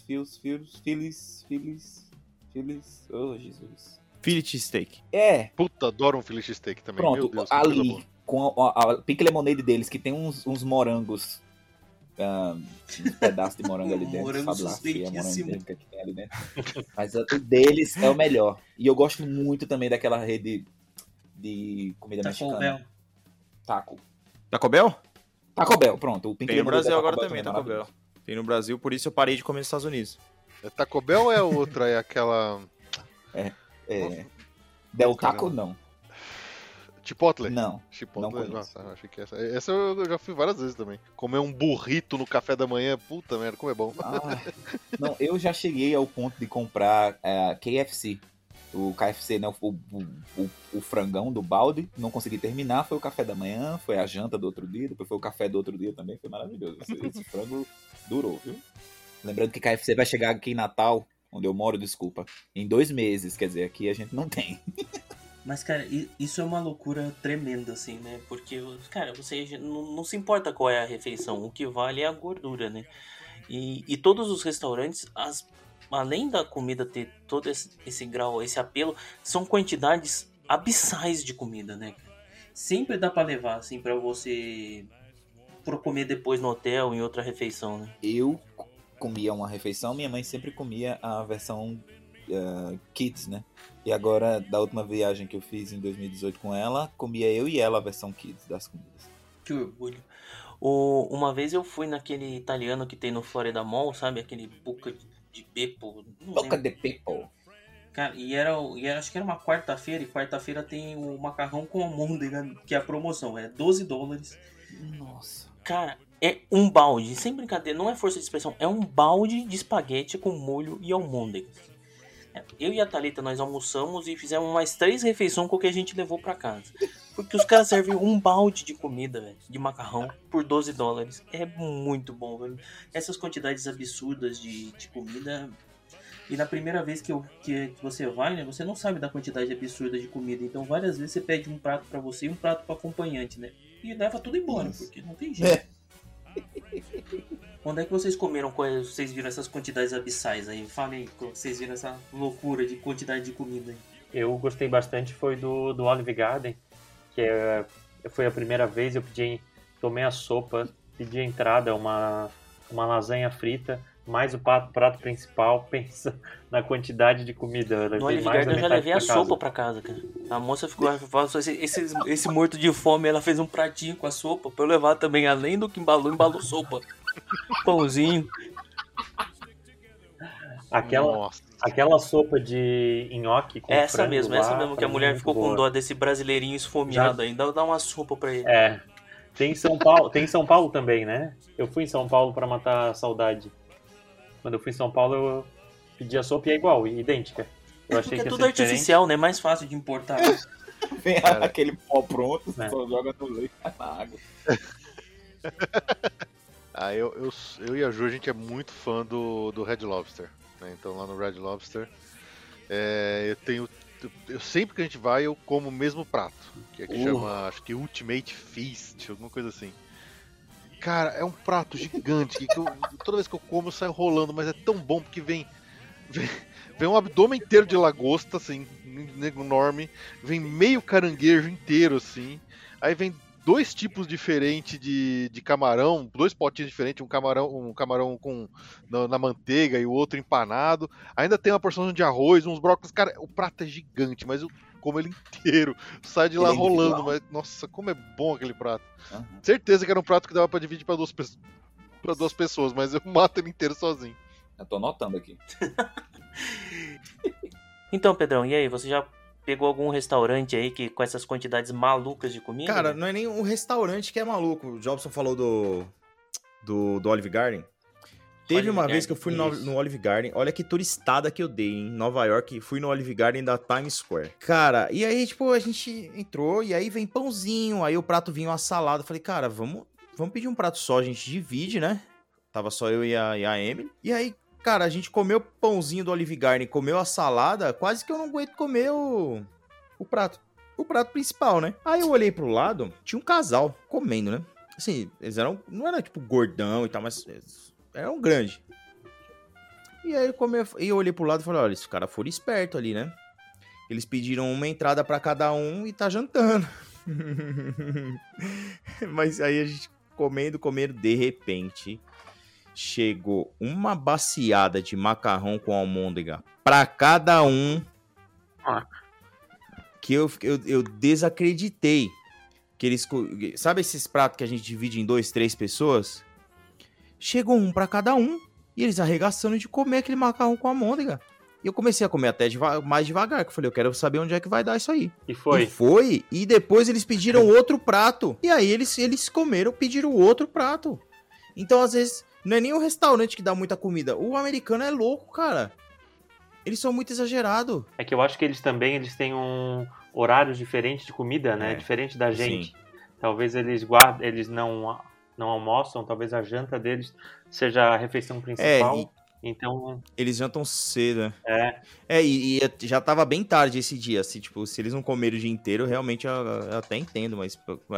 Oh, Jesus. Philly cheesesteak. Puta, adoro um Philly cheesesteak também. Pronto, meu Deus, ali, com a Pink Lemonade deles, que tem uns morangos. Um pedaço de morango ali dentro. Sabe lá se é morango dentro, que tem ali dentro. Mas o deles é o melhor. E eu gosto muito também daquela rede de comida mexicana. Taco Bell, pronto. O Pink tem no Lemonade Brasil agora Bell também, Taco Bell. Tem no Brasil, por isso eu parei de comer nos Estados Unidos. É Taco Bell ou é outra? É aquela... Del Taco, não. Chipotle? Não. Chipotle, nossa, achei que essa eu já fui várias vezes também. Comer um burrito no café da manhã, puta merda, como é bom. Não, eu já cheguei ao ponto de comprar KFC. O KFC, né, o frangão do balde, não consegui terminar, foi o café da manhã, foi a janta do outro dia, depois foi o café do outro dia também, foi maravilhoso. Esse frango durou, viu? Lembrando que KFC vai chegar aqui em Natal, onde eu moro, desculpa, em 2 meses, quer dizer, aqui a gente não tem. Mas, cara, isso é uma loucura tremenda, assim, né? Porque, cara, você não se importa qual é a refeição, o que vale é a gordura, né? E todos os restaurantes, além da comida ter todo esse grau, esse apelo, são quantidades abissais de comida, né? Sempre dá pra levar, assim, pra você comer depois no hotel, em outra refeição, né? Eu comia uma refeição, minha mãe sempre comia a versão Kids, né? E agora, da última viagem que eu fiz em 2018 com ela, comia eu e ela a versão Kids das comidas. Que orgulho. Uma vez eu fui naquele italiano que tem no Florida Mall, sabe? Aquele Boca de Beppo. Boca de Beppo. Cara, e era, acho que era uma quarta-feira, e quarta-feira tem o macarrão com almôndega, que é a promoção, é $12. Nossa. Cara, é um balde, sem brincadeira, não é força de expressão, é um balde de espaguete com molho e almôndegas. Eu e a Thalita, nós almoçamos e fizemos mais 3 refeições com o que a gente levou pra casa. Porque os caras servem um balde de comida, velho, de macarrão, por $12. É muito bom, velho. Essas quantidades absurdas de comida. E na primeira vez que você vai, né, você não sabe da quantidade absurda de comida. Então várias vezes você pede um prato pra você e um prato pro acompanhante, né? E leva tudo embora, porque não tem jeito. Onde é que vocês comeram? Vocês viram essas quantidades abissais aí? Falem, vocês viram essa loucura de quantidade de comida aí. Eu gostei bastante, foi do Olive Garden, que foi a primeira vez, tomei a sopa, pedi a entrada, uma lasanha frita, mais o prato principal, pensa na quantidade de comida. No Olive Garden eu já levei a sopa pra casa, cara. A moça ficou, esse morto de fome, ela fez um pratinho com a sopa pra eu levar também, além do que embalou sopa. Pãozinho. Aquela sopa de nhoque com essa mesmo que a mulher ficou com dó desse brasileirinho esfomeado aí. Dá uma sopa pra ele. Tem em São Paulo também, né? Eu fui em São Paulo pra matar a saudade. Quando eu fui em São Paulo, eu pedi a sopa e é igual, idêntica. Eu achei Porque que é ia tudo ser diferente. artificial, né? Mais fácil de importar. Vem aquele pó pronto, você É. só joga no leite na água. Eu e a Ju, a gente é muito fã do Red Lobster, né? Então lá no Red Lobster, eu sempre que a gente vai, eu como o mesmo prato, que chama, acho que Ultimate Feast, alguma coisa assim. Cara, é um prato gigante, que toda vez que eu como eu saio rolando, mas é tão bom porque vem um abdômen inteiro de lagosta, assim, enorme, vem meio caranguejo inteiro, assim, aí vem 2 tipos diferentes de camarão, 2 potinhos diferentes, um camarão na manteiga e o outro empanado. Ainda tem uma porção de arroz, uns brócolis. Cara, o prato é gigante, mas eu como ele inteiro. Sai de lá Ele é rolando, individual? mas nossa, como é bom aquele prato. Uhum. Certeza que era um prato que dava pra dividir pra 2 pessoas, mas eu mato ele inteiro sozinho. Eu tô anotando aqui. Então, Pedrão, e aí? Você já pegou algum restaurante aí com essas quantidades malucas de comida? Cara, não é nem um restaurante que é maluco. O Jobson falou do Olive Garden. Teve Olive uma vez Garden, que eu fui isso. no Olive Garden. Olha que turistada que eu dei em Nova York. Fui no Olive Garden da Times Square. Cara, e aí, tipo, a gente entrou e aí vem pãozinho. Aí o prato vinha uma salada. Eu falei, cara, vamos pedir um prato só. A gente divide, né? Tava só eu e a Emily. E aí, cara, a gente comeu o pãozinho do Olive Garden, comeu a salada. Quase que eu não aguento comer o prato. O prato principal, né? Aí eu olhei pro lado, tinha um casal comendo, né? Assim, eles não era tipo gordão e tal, mas eram grandes. E aí eu olhei pro lado e falei, olha, esses caras foram espertos ali, né? Eles pediram uma entrada pra cada um e tá jantando. Mas aí a gente comendo, de repente, chegou uma baciada de macarrão com almôndega pra cada um. Que eu desacreditei. Que eles. Sabe esses pratos que a gente divide em 2, 3 pessoas? Chegou um pra cada um. E eles arregaçando de comer aquele macarrão com almôndega. E eu comecei a comer até mais devagar. Que eu falei, eu quero saber onde é que vai dar isso aí. E foi. E depois eles pediram outro prato. E aí eles comeram, pediram outro prato. Então, às vezes, não é nem o restaurante que dá muita comida. O americano é louco, cara. Eles são muito exagerados. É que eu acho que eles têm um horário diferente de comida, né? É, Diferente da gente. sim. Talvez eles não almoçam, talvez a janta deles seja a refeição principal. Então, eles jantam cedo, né? E já tava bem tarde esse dia, assim, tipo, se eles não comeram o dia inteiro, realmente eu até entendo, mas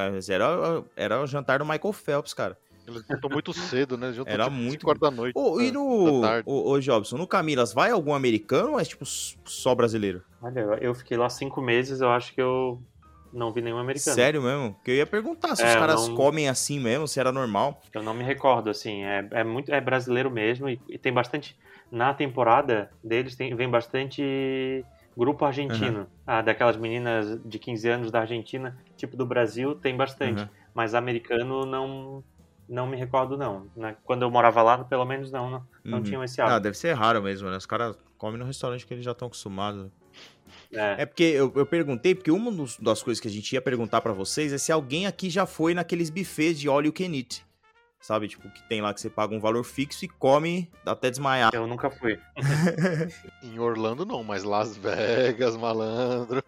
era o jantar do Michael Phelps, cara. Eles jantam muito cedo, né? Eles jantam Era tipo muito 5 horas da noite. E da tarde. Ô, Jobson, no Camilas, vai algum americano ou é, tipo, só brasileiro? Olha, eu fiquei lá 5 meses, eu acho que eu não vi nenhum americano. Sério mesmo? Porque eu ia perguntar se os caras comem assim mesmo, se era normal. Eu não me recordo, assim, é brasileiro mesmo e tem bastante, na temporada deles vem bastante grupo argentino. Daquelas meninas de 15 anos da Argentina, tipo do Brasil, tem bastante, mas americano não me recordo não. Quando eu morava lá, pelo menos não tinham esse hábito. Deve ser raro mesmo, né? Os caras comem no restaurante que eles já estão acostumados. É porque eu perguntei, porque uma das coisas que a gente ia perguntar pra vocês é se alguém aqui já foi naqueles buffets de all you can eat. Sabe, tipo, que tem lá que você paga um valor fixo e come até desmaiar. Eu nunca fui. Em Orlando não, mas Las Vegas, malandro,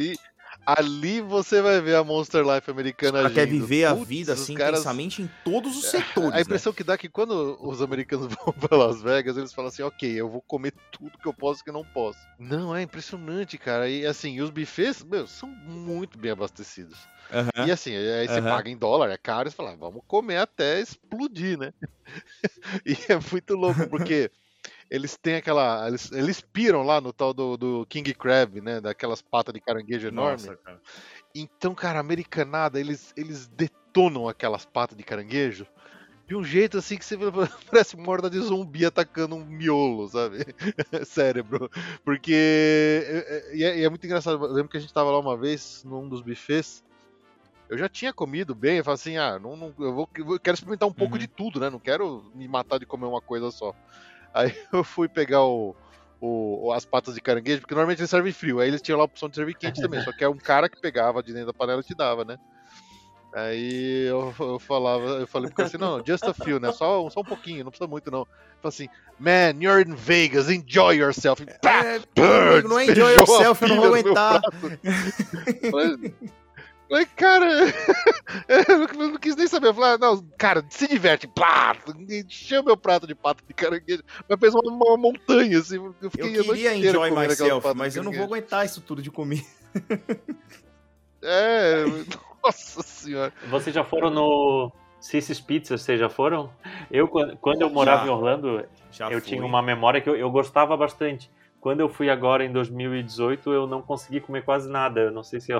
ali você vai ver a Monster Life americana agindo. Ela quer viver a vida, assim, intensamente em todos os setores, A impressão que dá é que quando os americanos vão pra Las Vegas, eles falam assim, ok, eu vou comer tudo que eu posso e que eu não posso. Não, é impressionante, cara. E assim, os buffets, são muito bem abastecidos. E assim, aí você paga em dólar, é caro, e você fala, vamos comer até explodir, né? E é muito louco, porque eles têm eles piram lá no tal do King Crab, né? Daquelas patas de caranguejo enorme. Nossa, cara. Então, cara, americanada, eles detonam aquelas patas de caranguejo de um jeito assim que você parece morda de zumbi atacando um miolo, sabe? Cérebro. Porque. É muito engraçado. Eu lembro que a gente tava lá uma vez num dos buffets. Eu já tinha comido bem, eu falei assim, eu quero experimentar um pouco de tudo, né? Não quero me matar de comer uma coisa só. Aí eu fui pegar as patas de caranguejo, porque normalmente eles servem frio, aí eles tinham lá a opção de servir quente também, só que é um cara que pegava de dentro da panela e te dava, né? Aí eu falei pro cara assim, não, just a few, né? Só um pouquinho, não precisa muito, não. Ele falou assim, man, you're in Vegas, enjoy yourself. Não é enjoy yourself, eu não vou aguentar. Falei, cara, eu não quis nem saber. Eu falei, não, cara, se diverte. Plá, encheu meu prato de pata de caranguejo. Mas fez uma montanha, assim. Eu queria enjoy myself, mas eu não vou aguentar isso tudo de comida. Nossa senhora. Vocês já foram no Cissis Pizza? Vocês já foram? Eu, quando eu morava em Orlando, eu tinha uma memória que eu gostava bastante. Quando eu fui agora em 2018, eu não consegui comer quase nada. Eu não sei se eu...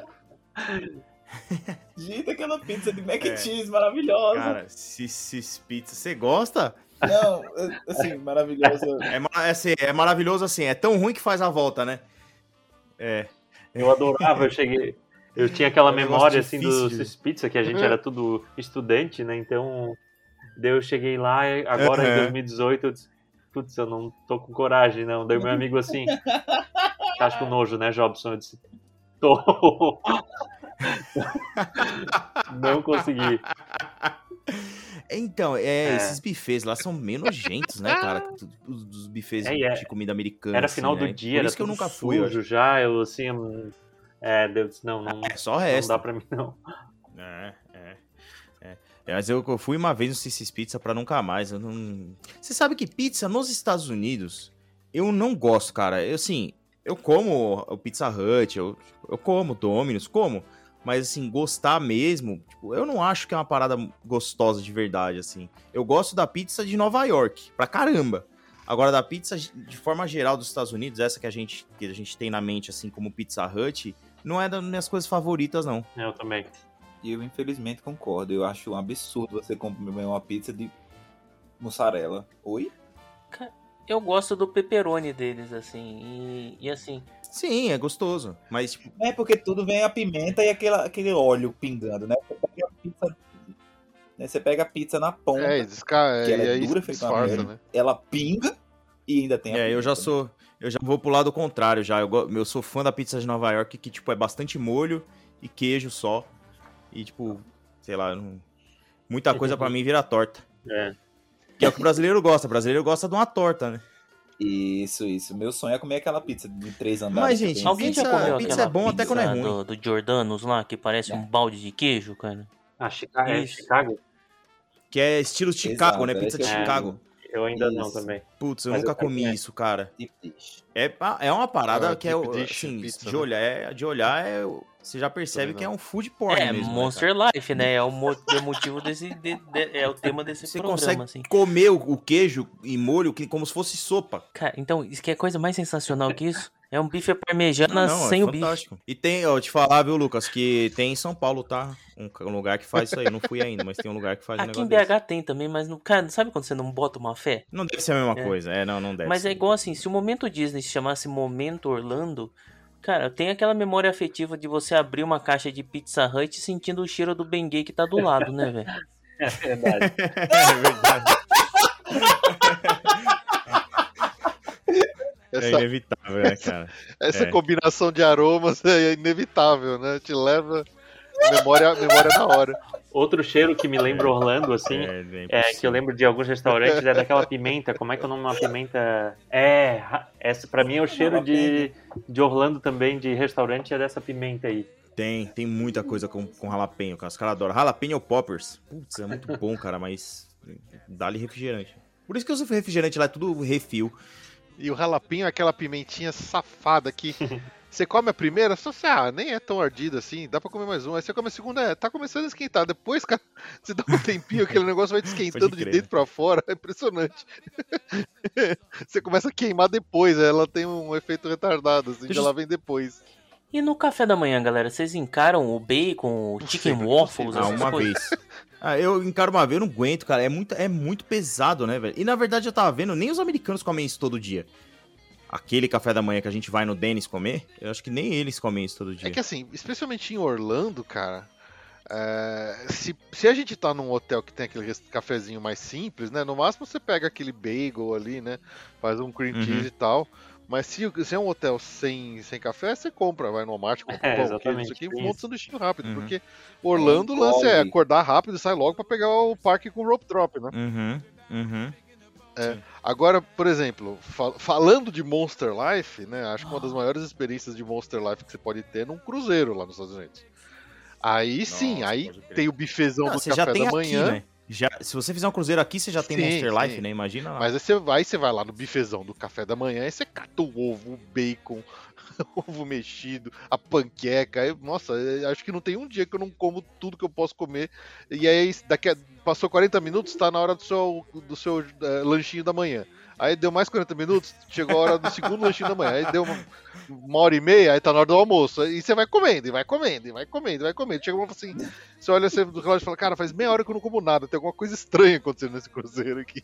Gente, aquela pizza de mac and cheese maravilhosa. Cara, Cissis Pizza, você gosta? Não, assim, maravilhosa. É maravilhoso assim, é tão ruim que faz a volta, né? Eu adorava, eu tinha aquela memória assim do Cissis Pizza, que a gente era tudo estudante, né? Então, daí eu cheguei lá, agora em 2018, eu disse, putz, eu não tô com coragem, não. Daí meu amigo assim, tá com nojo, né, Jobson? Eu disse, tô. Não consegui. Então, esses buffets lá são meio nojentos, né, cara? Os buffets de comida americana. Era final assim, do né? dia, Por isso era que eu nunca fui. Sujo já, eu assim. Eu disse, não só resto. Não dá pra mim, não. Mas eu fui uma vez no Cissis Pizza pra nunca mais. Você sabe que pizza nos Estados Unidos, eu não gosto, cara. Eu como o Pizza Hut, eu como Domino's, mas assim, gostar mesmo, tipo, eu não acho que é uma parada gostosa de verdade, assim. Eu gosto da pizza de Nova York, pra caramba. Agora, da pizza, de forma geral, dos Estados Unidos, essa que a gente tem na mente, assim, como Pizza Hut, não é das minhas coisas favoritas, não. Eu também. E eu, infelizmente, concordo. Eu acho um absurdo você comer uma pizza de mussarela. Oi? Eu gosto do pepperoni deles, assim, e assim... Sim, é gostoso, mas tipo... É porque tudo vem a pimenta e aquele óleo pingando, né? Você pega a pizza na ponta, que ela é dura, feita uma merda, né? Ela pinga e ainda tem a pimenta. Eu já vou pro lado contrário já. Eu sou fã da pizza de Nova York, que tipo é bastante molho e queijo só. E tipo, sei lá, muita coisa pra mim vira torta. Que é o que o brasileiro gosta. O brasileiro gosta de uma torta, né? Isso. Meu sonho é comer aquela pizza de 3 andares. Mas, gente, alguém já comeu pizza é bom até quando é ruim. Do Giordano's lá, que parece um balde de queijo, cara? Chicago? Que é estilo Chicago, né? Pizza de É, Chicago. Eu ainda não também. Putz, eu nunca comi isso, cara. É uma parada que é, assim, de olhar, você já percebe que é um food porn mesmo. Monster Life, né? É o motivo é o tema desse você programa, consegue assim. comer o queijo e molho como se fosse sopa. Cara, então, isso que é coisa mais sensacional que isso? É um bife parmegiana sem o fantástico. bife. E tem, te falar, viu, Lucas, que tem em São Paulo, tá? Um lugar que faz isso aí. Eu não fui ainda, mas tem um lugar que faz Aqui um em negócio BH tem também, mas, cara, sabe quando você não bota uma fé? Não deve ser a mesma coisa. Não deve Mas ser. é igual assim, se o Momento Disney se chamasse Momento Orlando, cara, tem aquela memória afetiva de você abrir uma caixa de Pizza Hut sentindo o cheiro do Bengay que tá do lado, né, velho? É verdade. É verdade. É inevitável, né, cara? Essa combinação de aromas é inevitável, né? Te leva memória na hora. Outro cheiro que me lembra Orlando, assim, que eu lembro de alguns restaurantes, é daquela pimenta. Como é que é o nome de uma pimenta? Essa pra mim é o cheiro de Orlando também, de restaurante, é dessa pimenta aí. Tem muita coisa com jalapeno, cara. Os caras adoram. Jalapeno poppers. Putz, é muito bom, cara, mas dá-lhe refrigerante. Por isso que eu sou refrigerante lá, é tudo refil. E o jalapeno é aquela pimentinha safada que você come a primeira, só você, nem é tão ardido assim, dá pra comer mais uma. Aí você come a segunda, tá começando a esquentar. Depois, cara, você dá um tempinho, aquele negócio vai te esquentando de dentro pra fora, é impressionante. Você começa a queimar depois, ela tem um efeito retardado, assim, ela vem depois. E no café da manhã, galera, vocês encaram o bacon, o chicken waffles? Uma vez. Eu encaro uma vez, eu não aguento, cara. É muito pesado, né, velho? E na verdade eu tava vendo, nem os americanos comem isso todo dia. Aquele café da manhã que a gente vai no Denny's comer, eu acho que nem eles comem isso todo dia. É que assim, especialmente em Orlando, cara, se a gente tá num hotel que tem aquele cafezinho mais simples, né? No máximo você pega aquele bagel ali, né? Faz um cream cheese e tal. Mas se é um hotel sem café, você compra, vai no Walmart, compra pão, queijo, isso aqui, um monte de sanduichinho rápido. Porque Orlando, o lance é acordar rápido e sair logo pra pegar o parque com rope drop, né? Agora, por exemplo, falando de Monster Life, né? Acho que uma das maiores experiências de Monster Life que você pode ter é num cruzeiro lá nos Estados Unidos. Aí sim, aí tem o bifezão do café da manhã. Aqui, né? Se você fizer um cruzeiro aqui, você já tem Monster Life, né? Imagina lá. Mas aí você vai lá no bifezão do café da manhã e você cata o ovo, o bacon, o ovo mexido, a panqueca. Nossa, acho que não tem um dia que eu não como tudo que eu posso comer. E aí, passou 40 minutos, tá na hora do seu lanchinho da manhã. Aí deu mais 40 minutos, chegou a hora do segundo lanchinho da manhã. Aí deu uma hora e meia, aí tá na hora do almoço. E você vai comendo, e vai comendo, e vai comendo, e vai comendo. Chega uma assim, você olha do relógio e fala, cara, faz meia hora que eu não como nada, tem alguma coisa estranha acontecendo nesse cruzeiro aqui.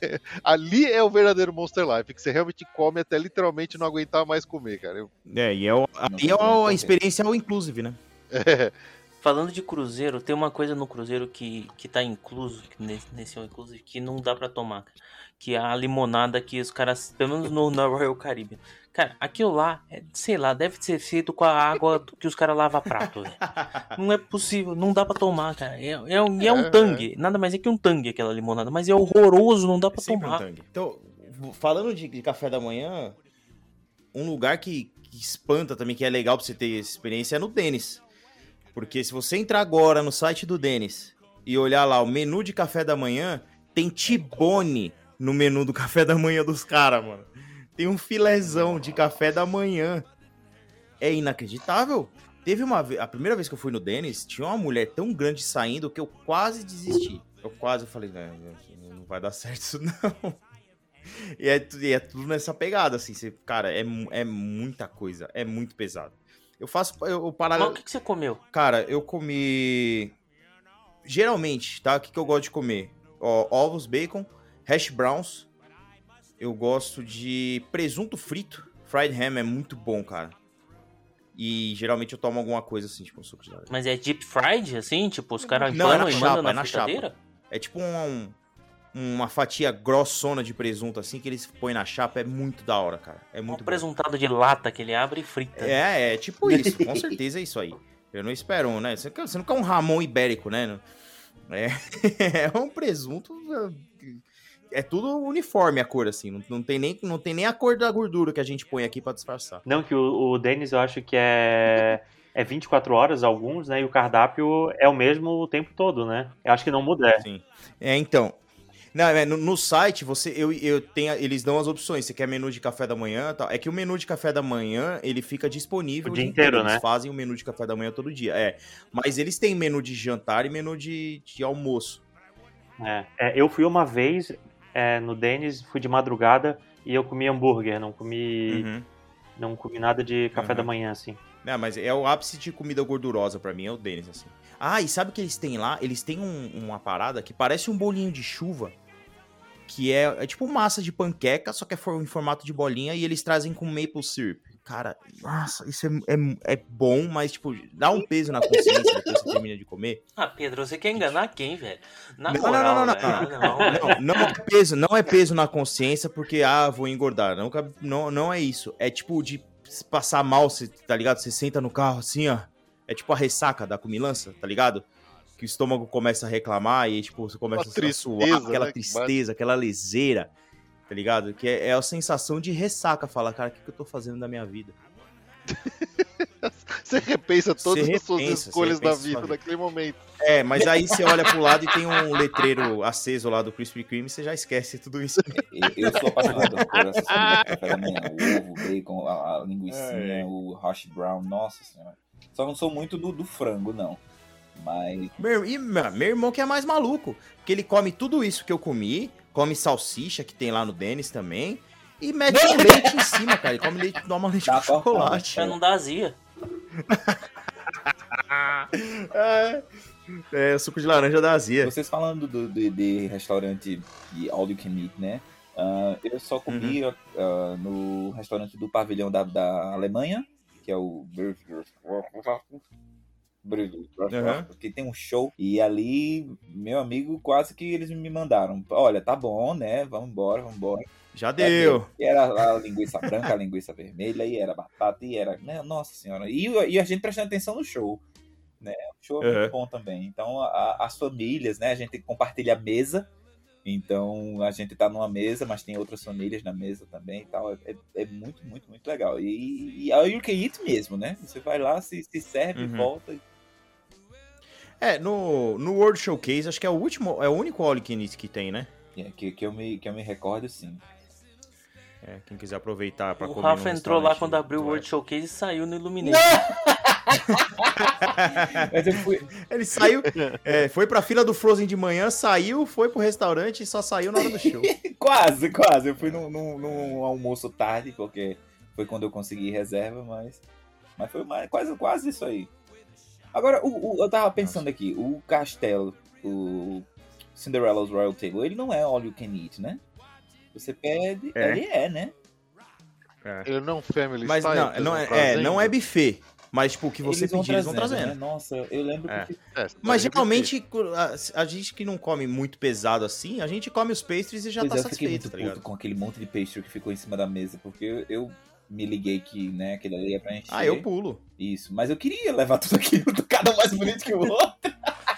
Ali é o verdadeiro Monster Life, que você realmente come até literalmente não aguentar mais comer, cara. E é a experiência all inclusive, né? Falando de cruzeiro, tem uma coisa no cruzeiro que tá incluso nesse all inclusive que não dá pra tomar, que é a limonada que os caras, pelo menos na Royal Caribbean. Cara, aquilo lá, sei lá, deve ser feito com a água que os caras lavam prato, velho. Não é possível, não dá pra tomar, cara. É um tangue, nada mais é que um tangue aquela limonada, mas é horroroso, não dá pra tomar. Então, falando de café da manhã, um lugar que espanta também, que é legal pra você ter essa experiência, é no Denny's. Porque se você entrar agora no site do Denny's e olhar lá o menu de café da manhã, tem T-bone no menu do café da manhã dos caras, mano. Tem um filézão de café da manhã. É inacreditável. Teve uma vez, a primeira vez que eu fui no Denny's, tinha uma mulher tão grande saindo que eu quase desisti. Eu falei, não vai dar certo isso não. E é tudo nessa pegada, assim. Cara, é muita coisa, é muito pesado. Mas o que você comeu? Cara, eu comi... Geralmente, tá? O que eu gosto de comer? Ovos, bacon, hash browns. Eu gosto de presunto frito. Fried ham é muito bom, cara. E geralmente eu tomo alguma coisa assim, tipo um suco de laranja. Mas é deep fried, assim? Tipo, os caras emplanam e mandam na fritadeira? Chapa. É tipo uma fatia grossona de presunto, assim, que eles põem na chapa. É muito da hora, cara. É muito bom. Presuntado de lata que ele abre e frita. É tipo isso. Com certeza é isso aí. Eu não espero, né? Você não quer um Ramon ibérico, né? É um presunto... É tudo uniforme a cor, assim. Não tem nem a cor da gordura que a gente põe aqui pra disfarçar. Não, que o Denny's eu acho que é 24 horas alguns, né? E o cardápio é o mesmo o tempo todo, né? Eu acho que não muda. Sim. Então... No site, eles dão as opções. Você quer menu de café da manhã e tal. É que o menu de café da manhã, ele fica disponível o dia inteiro, né? Eles fazem o menu de café da manhã todo dia. Mas eles têm menu de jantar e menu de almoço. Eu fui uma vez no Denny's, fui de madrugada e eu comi hambúrguer. Não comi nada de café da manhã, assim. Mas é o ápice de comida gordurosa pra mim, é o Denny's, assim. E sabe o que eles têm lá? Eles têm uma parada que parece um bolinho de chuva, que é tipo massa de panqueca, só que é em formato de bolinha, e eles trazem com maple syrup. Cara, nossa, isso é bom, mas tipo, dá um peso na consciência depois que você termina de comer. Pedro, você quer enganar quem, velho? Não, não é peso na consciência porque, vou engordar. Não é isso. É tipo de passar mal, tá ligado? Você senta no carro assim, ó. É tipo a ressaca da comilança, tá ligado? Que o estômago começa a reclamar e tipo, você começa a suar, aquela tristeza, aquela leseira, tá ligado? Que é a sensação de ressaca, fala, cara, o que eu tô fazendo da minha vida? Você repensa todas as suas escolhas da vida naquele momento. Mas aí você olha pro lado e tem um letreiro aceso lá do Krispy Kreme e você já esquece tudo isso. Eu sou apaixonado por essa comida de café da manhã. O ovo, o bacon, a linguicinha, o hash brown, nossa senhora. Só não sou muito do frango, não. Mas... Meu irmão que é mais maluco. Porque ele come tudo isso que eu comi, come salsicha que tem lá no Denny's também, e mete um leite em cima, cara. Ele come leite, toma leite com chocolate. Pra não dar azia. Suco de laranja da azia. Vocês falando de restaurante de all you can eat, né? Eu só comi no restaurante do pavilhão da Alemanha, que é o porque tem um show. E ali, meu amigo, quase que eles me mandaram. Olha, tá bom, né? Vamos embora. Já deu. E era a linguiça branca, a linguiça vermelha, e era batata, e era... Nossa senhora. E a gente prestando atenção no show. Né? O show é muito bom também. Então, as famílias, né? A gente compartilha a mesa. Então, a gente tá numa mesa, mas tem outras famílias na mesa também e tal. É muito, muito, muito legal. E é o You Can Eat mesmo, né? Você vai lá, se serve, volta. No World Showcase, acho que é o único All You Can Eat que tem, né? Que eu me recordo, sim. Quem quiser aproveitar pra comer. O Rafa entrou lá quando abriu o World Showcase e saiu no Illumination. Mas eu fui... Ele saiu, foi pra fila do Frozen de manhã, saiu, foi pro restaurante e só saiu na hora do show. Quase. Eu fui num almoço tarde, porque foi quando eu consegui reserva, mas foi quase isso aí. Agora, eu tava pensando aqui, o castelo, o Cinderella's Royal Table, ele não é All You Can Eat, né? Você pede, ele né? Ele não é um family mas style. não é buffet. Mas, tipo, o que você pedir, eles vão trazendo. Né? Nossa, eu lembro que... Mas, geralmente, a gente que não come muito pesado assim, a gente come os pastries e já tá satisfeito, tá ligado? Com aquele monte de pastry que ficou em cima da mesa, porque eu me liguei que, né, aquele ali é pra encher. Eu pulo. Isso, mas eu queria levar tudo aquilo, cada um mais bonito que o outro.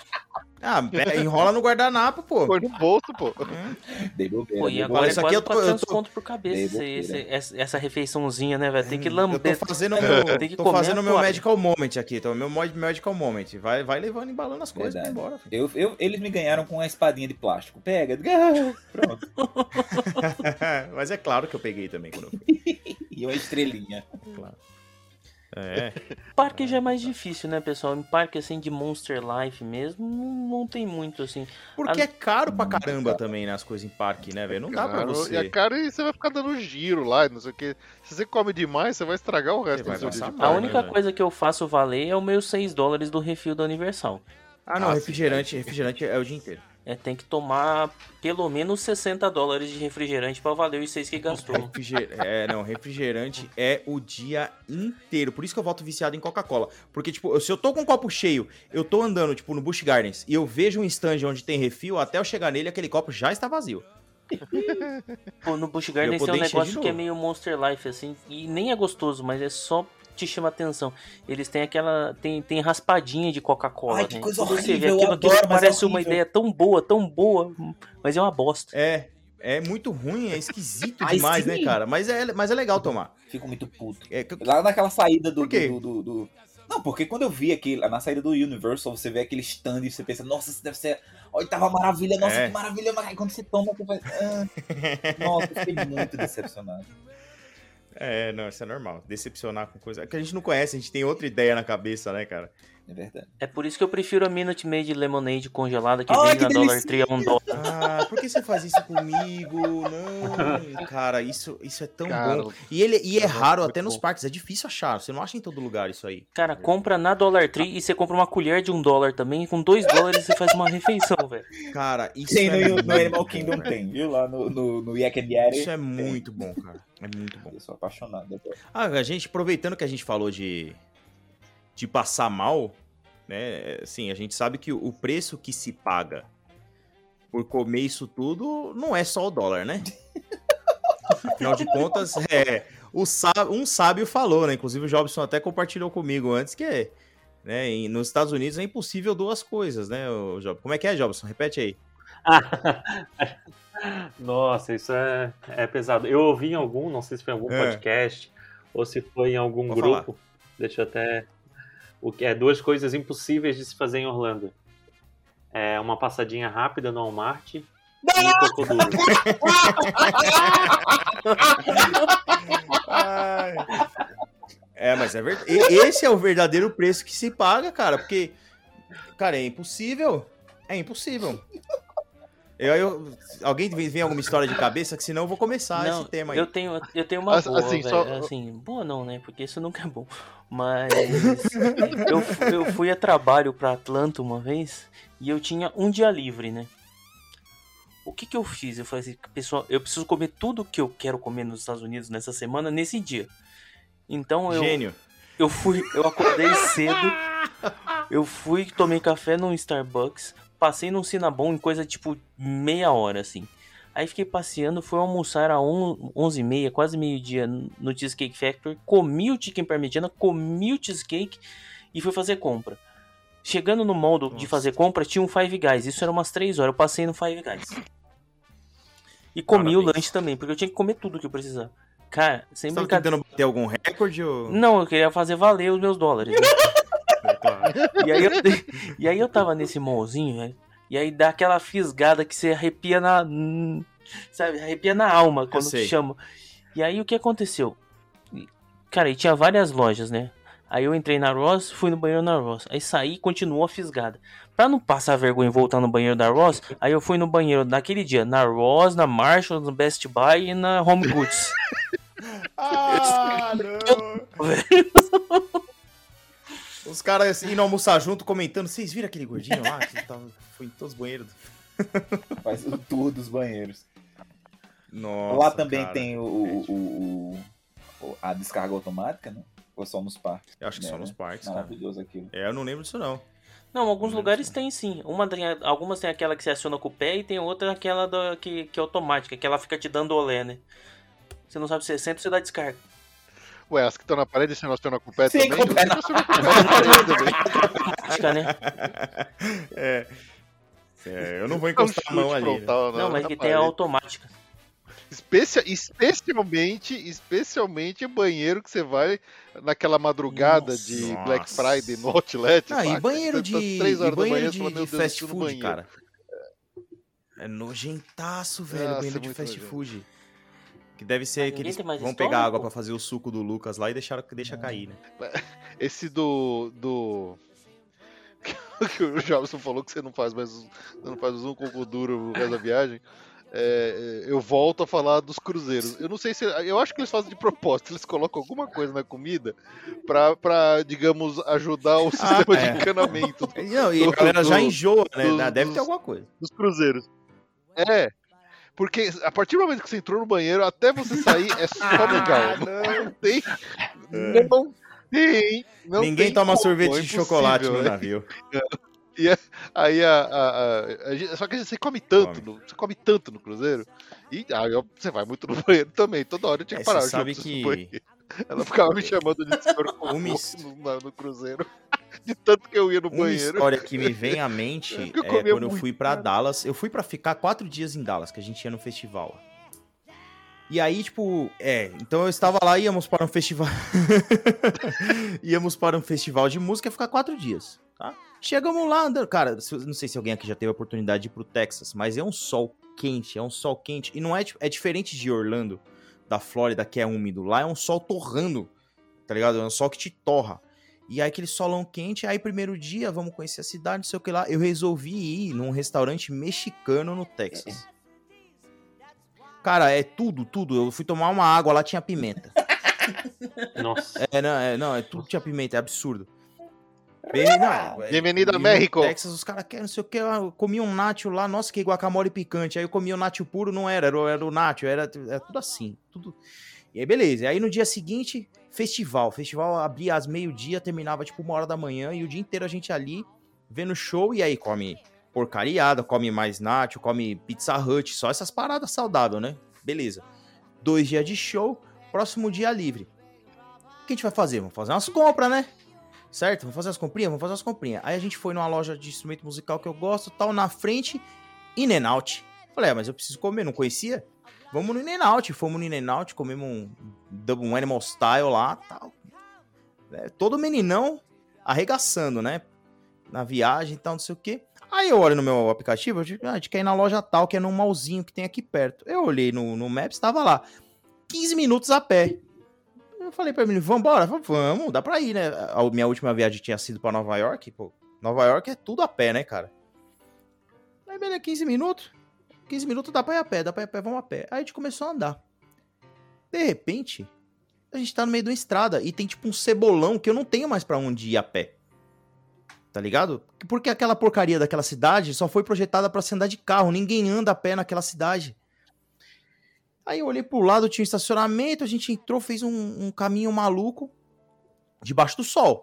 Enrola no guardanapo, pô. Foi no bolso, pô. Dei bobeira. Pô, e agora isso aqui é 400 conto por cabeça, essa refeiçãozinha, né, velho? Tem que lamber. Eu tô fazendo meu medical moment aqui, então meu medical moment. Vai levando, embalando as coisas pra ir embora. Eles me ganharam com uma espadinha de plástico. Pega. Pronto. Mas é claro que eu peguei também quando eu fui. E uma estrelinha. Claro. Parque já é mais difícil, né, pessoal? Em parque, assim, de Monster Life mesmo, não tem muito, assim. Porque é caro pra caramba também, né, as coisas em parque, né, velho? Não dá pra você. E é caro e você vai ficar dando giro lá, não sei o que. Se você come demais, você vai estragar o resto do seu dia. A única coisa que eu faço valer é o meu $6 do refil da Universal. Refrigerante é o dia inteiro. Tem que tomar pelo menos $60 de refrigerante pra valer os 6 que gastou. Refrigerante é o dia inteiro. Por isso que eu volto viciado em Coca-Cola. Porque, tipo, se eu tô com um copo cheio, eu tô andando, tipo, no Busch Gardens, e eu vejo um stand onde tem refil, até eu chegar nele, aquele copo já está vazio. Pô, no Busch Gardens tem um negócio que é meio Monster Life, assim, e nem é gostoso, mas é só... te chama atenção. Eles têm tem raspadinha de Coca-Cola. Ai, que coisa horrível, você vê aquilo parece uma ideia tão boa, mas é uma bosta. É muito ruim, é esquisito demais, né, cara? Mas é legal tomar. Fico muito puto. Lá naquela saída do... Não, porque quando eu vi aqui, na saída do Universal, você vê aquele stand e você pensa, nossa, isso deve ser a oitava maravilha, nossa, que maravilha. Mas quando você toma, você faz... Nossa, eu fiquei muito decepcionado. Não, isso é normal. Decepcionar com coisa que a gente não conhece, a gente tem outra ideia na cabeça, né, cara? É verdade. É por isso que eu prefiro a Minute Maid Lemonade congelada que vem na Dollar Tree a $1. Por que você faz isso comigo? Não, cara, isso é tão bom. E é raro até nos parques, é difícil achar. Você não acha em todo lugar isso aí. Cara, compra na Dollar Tree e você compra uma colher de $1 também. E com $2 você faz uma refeição, velho. Cara, isso tem no Animal Kingdom tem, viu? Lá no Yak and Yeti. Isso é muito bom, cara. É muito bom. Eu sou apaixonado. A gente, aproveitando que a gente falou de passar mal, né? Assim, a gente sabe que o preço que se paga por comer isso tudo não é só o dólar, né? Afinal de contas, um sábio falou, né? Inclusive o Jobson até compartilhou comigo antes que nos Estados Unidos é impossível duas coisas, né, Jobson? Como é que é, Jobson? Repete aí. Nossa, isso é pesado. Eu ouvi em algum, não sei se foi em algum podcast ou se foi em algum grupo. Falar. Deixa eu até... O que é 2 coisas impossíveis de se fazer em Orlando. É uma passadinha rápida no Walmart e um cocô duro. Mas é verdade. Esse é o verdadeiro preço que se paga, cara. Porque, cara, é impossível. É impossível. Alguém vem alguma história de cabeça? Que senão eu vou começar esse tema aí. Eu tenho uma boa, assim, boa não, né? Porque isso nunca é bom. Mas eu fui a trabalho pra Atlanta uma vez e eu tinha um dia livre, né? O que eu fiz? Eu falei assim, pessoal, eu preciso comer tudo que eu quero comer nos Estados Unidos nessa semana, nesse dia. Então Gênio. Eu acordei cedo, Eu fui, tomei café num Starbucks, passei num Cinnabon em coisa tipo meia hora, assim. Aí fiquei passeando, fui almoçar às 11h30, quase meio-dia, no Cheesecake Factory. Comi o chicken parmegiana, comi o cheesecake e fui fazer compra. Chegando no mall de fazer compra, tinha um Five Guys. Isso era umas 3 horas, eu passei no Five Guys. E comi o lanche também, porque eu tinha que comer tudo que eu precisava. Cara, sem brincadeira. Você tava tentando bater algum recorde? Ou... Não, eu queria fazer valer os meus dólares. Né? E aí eu tava nesse mallzinho, né? E aí dá aquela fisgada que você arrepia sabe, arrepia na alma quando te chama. E aí o que aconteceu? Cara, e tinha várias lojas, né? Aí eu entrei na Ross, fui no banheiro na Ross. Aí saí e continuou a fisgada. Pra não passar vergonha e voltar no banheiro da Ross, aí eu fui no banheiro naquele dia, na Ross, na Marshall, no Best Buy e na Home Goods. Não! Os caras indo almoçar junto, comentando, vocês viram aquele gordinho lá que foi em todos os banheiros? Faz o tour dos banheiros. Nossa, lá também cara, tem a descarga automática, né? Ou só nos parques? Eu acho que só nos parques, maravilhoso cara. Aquilo. Eu não lembro disso, não. Não, alguns lugares tem sim. Algumas tem aquela que você aciona com o pé e tem outra aquela que é automática, que ela fica te dando olé, né? Você não sabe se você senta ou você dá descarga. Ué, as que estão na parede você não aciona com o pé Sim, também? Com o pé não. Automática, né? Eu não vou encostar a mão ali. Frontal, né? Não, mas que tem a automática. Especialmente banheiro que você vai naquela madrugada de Black Friday no Outlet. E banheiro de fast food, cara. É nojentaço, velho, banheiro de fast food. Que deve ser que eles vão pegar água pra fazer o suco do Lucas lá e deixa cair, né? Esse do... que o Jobson falou que você não faz mais um coco duro no resto da viagem. Eu volto a falar dos cruzeiros. Eu não sei se... Eu acho que eles fazem de propósito. Eles colocam alguma coisa na comida pra digamos, ajudar o sistema de encanamento. Não, e a galera já enjoa, né? Deve ter alguma coisa. Dos cruzeiros. Porque a partir do momento que você entrou no banheiro, até você sair, é só legal. Não Ninguém tem toma sorvete de chocolate no navio. E aí só que você come tanto no cruzeiro, e aí você vai muito no banheiro também, toda hora eu tinha que parar. Você sabe que... Ela ficava me chamando de senhor no cruzeiro, de tanto que eu ia no banheiro. Uma história que me vem à mente quando eu fui pra Dallas. Eu fui pra ficar 4 dias em Dallas, que a gente ia no festival. E aí, tipo, então eu estava lá, íamos para um festival. Íamos para um festival de música, ficar 4 dias, tá? Chegamos lá andando. Cara, não sei se alguém aqui já teve a oportunidade de ir pro Texas, mas é um sol quente. E não é diferente de Orlando, da Flórida, que é úmido. Lá é um sol torrando, tá ligado? É um sol que te torra. E aí aquele solão quente, aí primeiro dia, vamos conhecer a cidade, não sei o que lá. Eu resolvi ir num restaurante mexicano no Texas. Cara, é tudo. Eu fui tomar uma água, lá tinha pimenta. Nossa. Tudo tinha pimenta, é absurdo. Bem-vindo a México. Texas, os caras querem não sei o que. Eu comi um nacho lá, nossa, que guacamole picante. Aí eu comi o nacho puro, não era o nacho, era tudo assim. Tudo. E aí, beleza. E aí no dia seguinte, festival. Festival abria às meio-dia, terminava tipo 1h da manhã. E o dia inteiro a gente ali, vendo show. E aí come porcariada, come mais nacho, come Pizza Hut. Só essas paradas saudáveis, né? Beleza. 2 dias de show, próximo dia livre. O que a gente vai fazer? Vamos fazer umas compras, né? Certo? Vamos fazer as comprinhas? Aí a gente foi numa loja de instrumento musical que eu gosto, tal, na frente, In-N-Out. Falei, mas eu preciso comer, não conhecia? Vamos no In-N-Out. Fomos no In-N-Out, comemos um Animal Style lá, tal. Todo meninão arregaçando, né? Na viagem e tal, não sei o quê. Aí eu olho no meu aplicativo, eu digo, a gente quer ir na loja tal, que é num mallzinho que tem aqui perto. Eu olhei no Maps, tava lá. 15 minutos a pé. Eu falei pra mim, vambora? Vamos, dá pra ir, né? A minha última viagem tinha sido pra Nova York. Pô, Nova York é tudo a pé, né, cara? Aí, beleza, 15 minutos. 15 minutos dá pra ir a pé, vamos a pé. Aí a gente começou a andar. De repente, a gente tá no meio de uma estrada e tem tipo um cebolão que eu não tenho mais pra onde ir a pé. Tá ligado? Porque aquela porcaria daquela cidade só foi projetada pra se andar de carro. Ninguém anda a pé naquela cidade. Aí eu olhei pro lado, tinha um estacionamento, a gente entrou, fez um caminho maluco, debaixo do sol.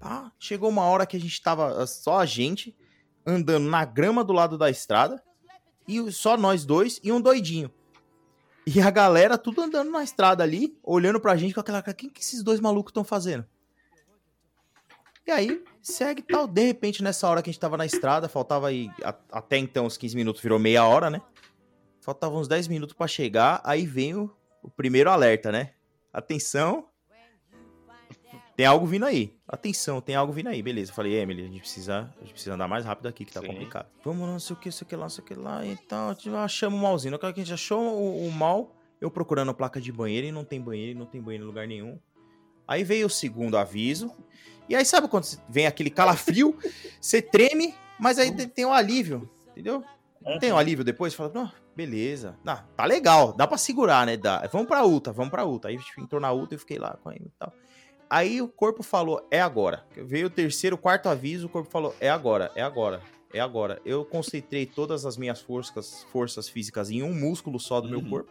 Tá? Chegou uma hora que a gente tava só a gente andando na grama do lado da estrada e só nós dois e um doidinho. E a galera tudo andando na estrada ali, olhando pra gente com aquela cara, que esses dois malucos estão fazendo? E aí, segue e tal. De repente, nessa hora que a gente tava na estrada, faltava aí, até então, uns 15 minutos, virou meia hora, né? Faltavam uns 10 minutos pra chegar, aí vem o primeiro alerta, né? Atenção, tem algo vindo aí. Atenção, tem algo vindo aí. Beleza, eu falei, Emily, a gente precisa andar mais rápido aqui, que tá complicado. Vamos, não sei o que lá e tal. Achamos o malzinho. Na hora que a gente achou o mal, eu procurando a placa de banheiro e não tem banheiro em lugar nenhum. Aí veio o segundo aviso. E aí, sabe quando vem aquele calafrio, você treme, mas aí tem um alívio, entendeu? Tem um alívio depois, fala, não, beleza, tá legal, dá pra segurar, né? Vamos pra UTA. Aí a gente entrou na UTA e eu fiquei lá com ele e tal. Aí o corpo falou, é agora. Veio o terceiro, quarto aviso, o corpo falou, é agora. Eu concentrei todas as minhas forças físicas em um músculo só do meu corpo.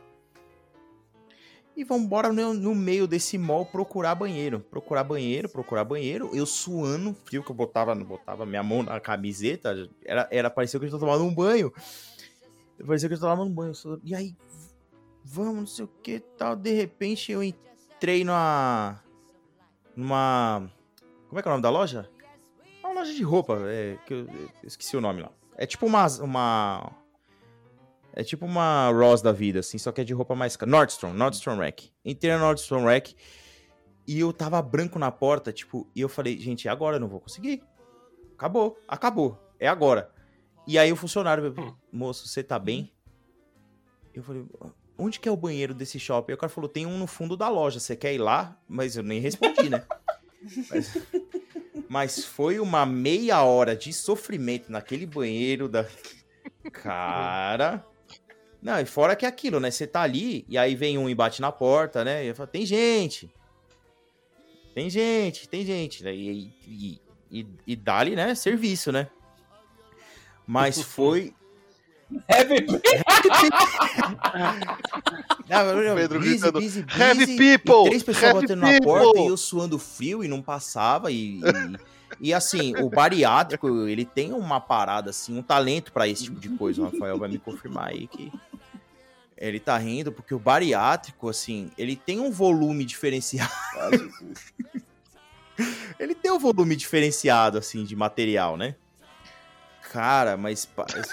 E vamos embora no meio desse mall procurar banheiro. Eu suando, frio, que eu botava minha mão na camiseta. Parecia que eu estava tomando um banho. E aí, vamos, não sei o que tal. De repente eu entrei numa... Como é que é o nome da loja? É uma loja de roupa, que eu esqueci o nome lá. É tipo É tipo uma Ross da vida, assim, só que é de roupa mais cara. Nordstrom Rack. Entrei na Nordstrom Rack e eu tava branco na porta, tipo, e eu falei, gente, agora eu não vou conseguir. Acabou. É agora. E aí o funcionário, moço, você tá bem? Eu falei, onde que é o banheiro desse shopping? Aí o cara falou, tem um no fundo da loja, você quer ir lá? Mas eu nem respondi, né? Mas foi uma meia hora de sofrimento naquele banheiro da... Cara... Não, e fora que é aquilo, né? Você tá ali, e aí vem um e bate na porta, né? E eu falo, tem gente. Né? E dá-lhe, né? Serviço, né? Mas foi... Heavy Pedro gritando, busy, Heavy people! 3 pessoas batendo na porta e eu suando frio e não passava. E assim, o bariátrico, ele tem uma parada, assim, um talento pra esse tipo de coisa. O Rafael vai me confirmar aí que ele tá rindo, porque o bariátrico, assim, ele tem um volume diferenciado. Ele tem um volume diferenciado, assim, de material, né? Cara, mas...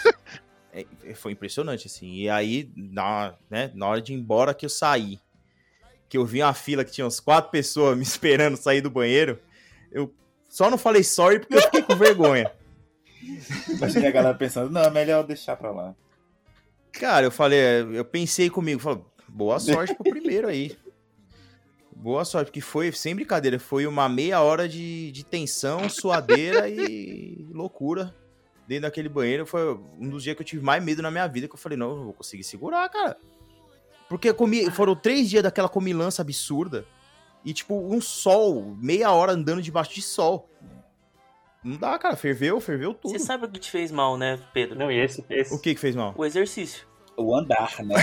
foi impressionante, assim. E aí, na hora de ir embora que eu saí, que eu vi uma fila que tinha uns 4 pessoas me esperando sair do banheiro, eu só não falei sorry porque eu fiquei com vergonha. Imagina a galera pensando, não, é melhor deixar pra lá. Cara, eu pensei comigo, falei, boa sorte pro primeiro aí. Boa sorte, porque foi, sem brincadeira, foi uma meia hora de tensão, suadeira e loucura. Dentro daquele banheiro, foi um dos dias que eu tive mais medo na minha vida, que eu falei, não, eu não vou conseguir segurar, cara. Porque foram 3 dias daquela comilança absurda, e tipo, um sol, meia hora andando debaixo de sol. Não dá, cara, ferveu tudo. Você sabe o que te fez mal, né, Pedro? Não, e esse... O que fez mal? O exercício. O andar, né?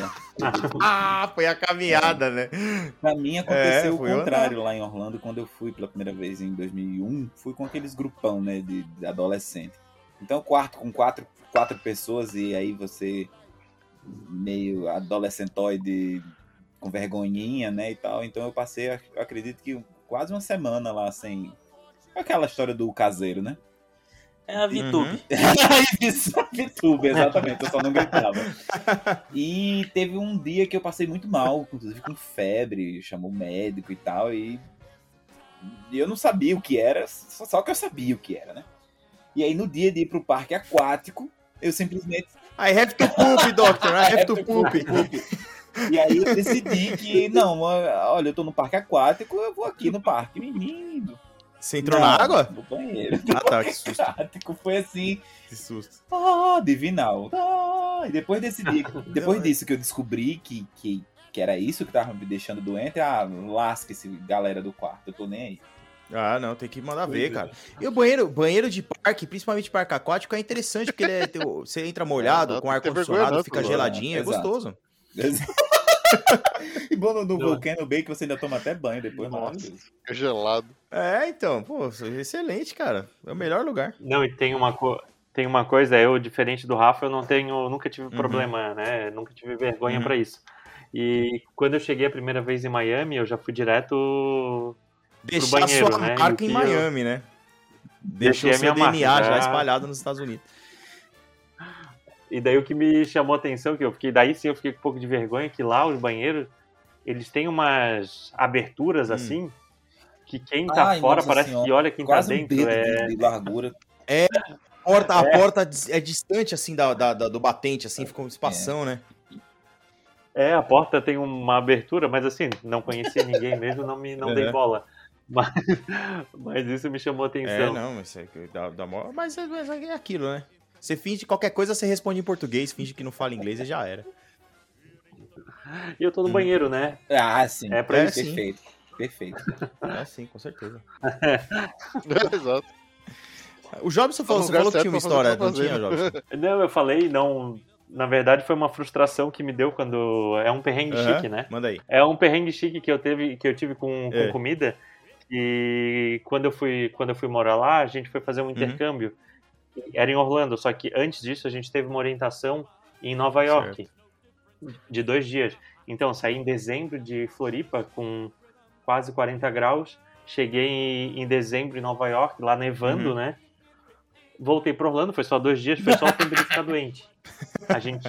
Foi a caminhada, né? Pra mim aconteceu o contrário lá em Orlando, quando eu fui pela primeira vez em 2001, fui com aqueles grupão, né, de adolescente. Então, quarto com quatro pessoas e aí você meio adolescentoide com vergonhinha, né, e tal. Então eu passei, eu acredito que quase uma semana lá sem... Aquela história do caseiro, né? É a VTube. Isso, a VTube, exatamente. Eu só não gritava. E teve um dia que eu passei muito mal, inclusive com febre, chamou o médico e tal, e eu não sabia o que era, só que eu sabia o que era, né? E aí no dia de ir pro parque aquático, eu simplesmente... I have to poop, doctor, I have to poop. E aí eu decidi que, não, olha, eu tô no parque aquático, eu vou aqui no parque, menino. Você entrou na água? No banheiro. Ah, tá, que susto. Aquático foi assim... Que susto. Divinal. E depois desse dia, depois disso que eu descobri que era isso que tava me deixando doente, lasque-se, galera do quarto, eu tô nem aí. Ah, não, tem que mandar ver, cara. E o banheiro de parque, principalmente parque aquático, é interessante, porque você entra molhado, com ar-condicionado, fica geladinho, é gostoso. E bom no Volcano Bay que você ainda toma até banho depois. Nossa, é gelado. Então, pô, excelente, cara. É o melhor lugar. Não, e tem uma coisa, eu, diferente do Rafa, eu nunca tive problema, né? Nunca tive vergonha pra isso. E quando eu cheguei a primeira vez em Miami, eu já fui direto pro banheiro, sua né? marca em Miami, né? Deixou a seu minha DNA marca, já espalhado nos Estados Unidos. E daí o que me chamou a atenção, que eu fiquei com um pouco de vergonha, que lá os banheiros, eles têm umas aberturas assim, que quem tá fora parece que olha quem tá dentro. De largura. A porta é distante, assim, do batente, assim, fica um espação, né? A porta tem uma abertura, mas assim, não conhecia ninguém mesmo, não dei bola. Mas isso me chamou a atenção. Mas é aquilo, né? Você finge qualquer coisa, você responde em português, finge que não fala inglês e já era. E eu tô no banheiro, né? Sim. Pra isso. Perfeito. Sim, com certeza. Exato. O Jobson falou que tinha uma história, não tinha, Jobson? Não, eu falei, não. Na verdade, foi uma frustração que me deu quando. É um perrengue chique, né? Manda aí. É um perrengue chique que eu tive com comida. E quando eu fui morar lá, a gente foi fazer um intercâmbio. Era em Orlando, só que antes disso a gente teve uma orientação em Nova York, de 2 dias. Então, saí em dezembro de Floripa com quase 40 graus. Cheguei em dezembro em Nova York, lá nevando, né? Voltei para Orlando, foi só 2 dias, foi só o tempo de ficar doente. A gente...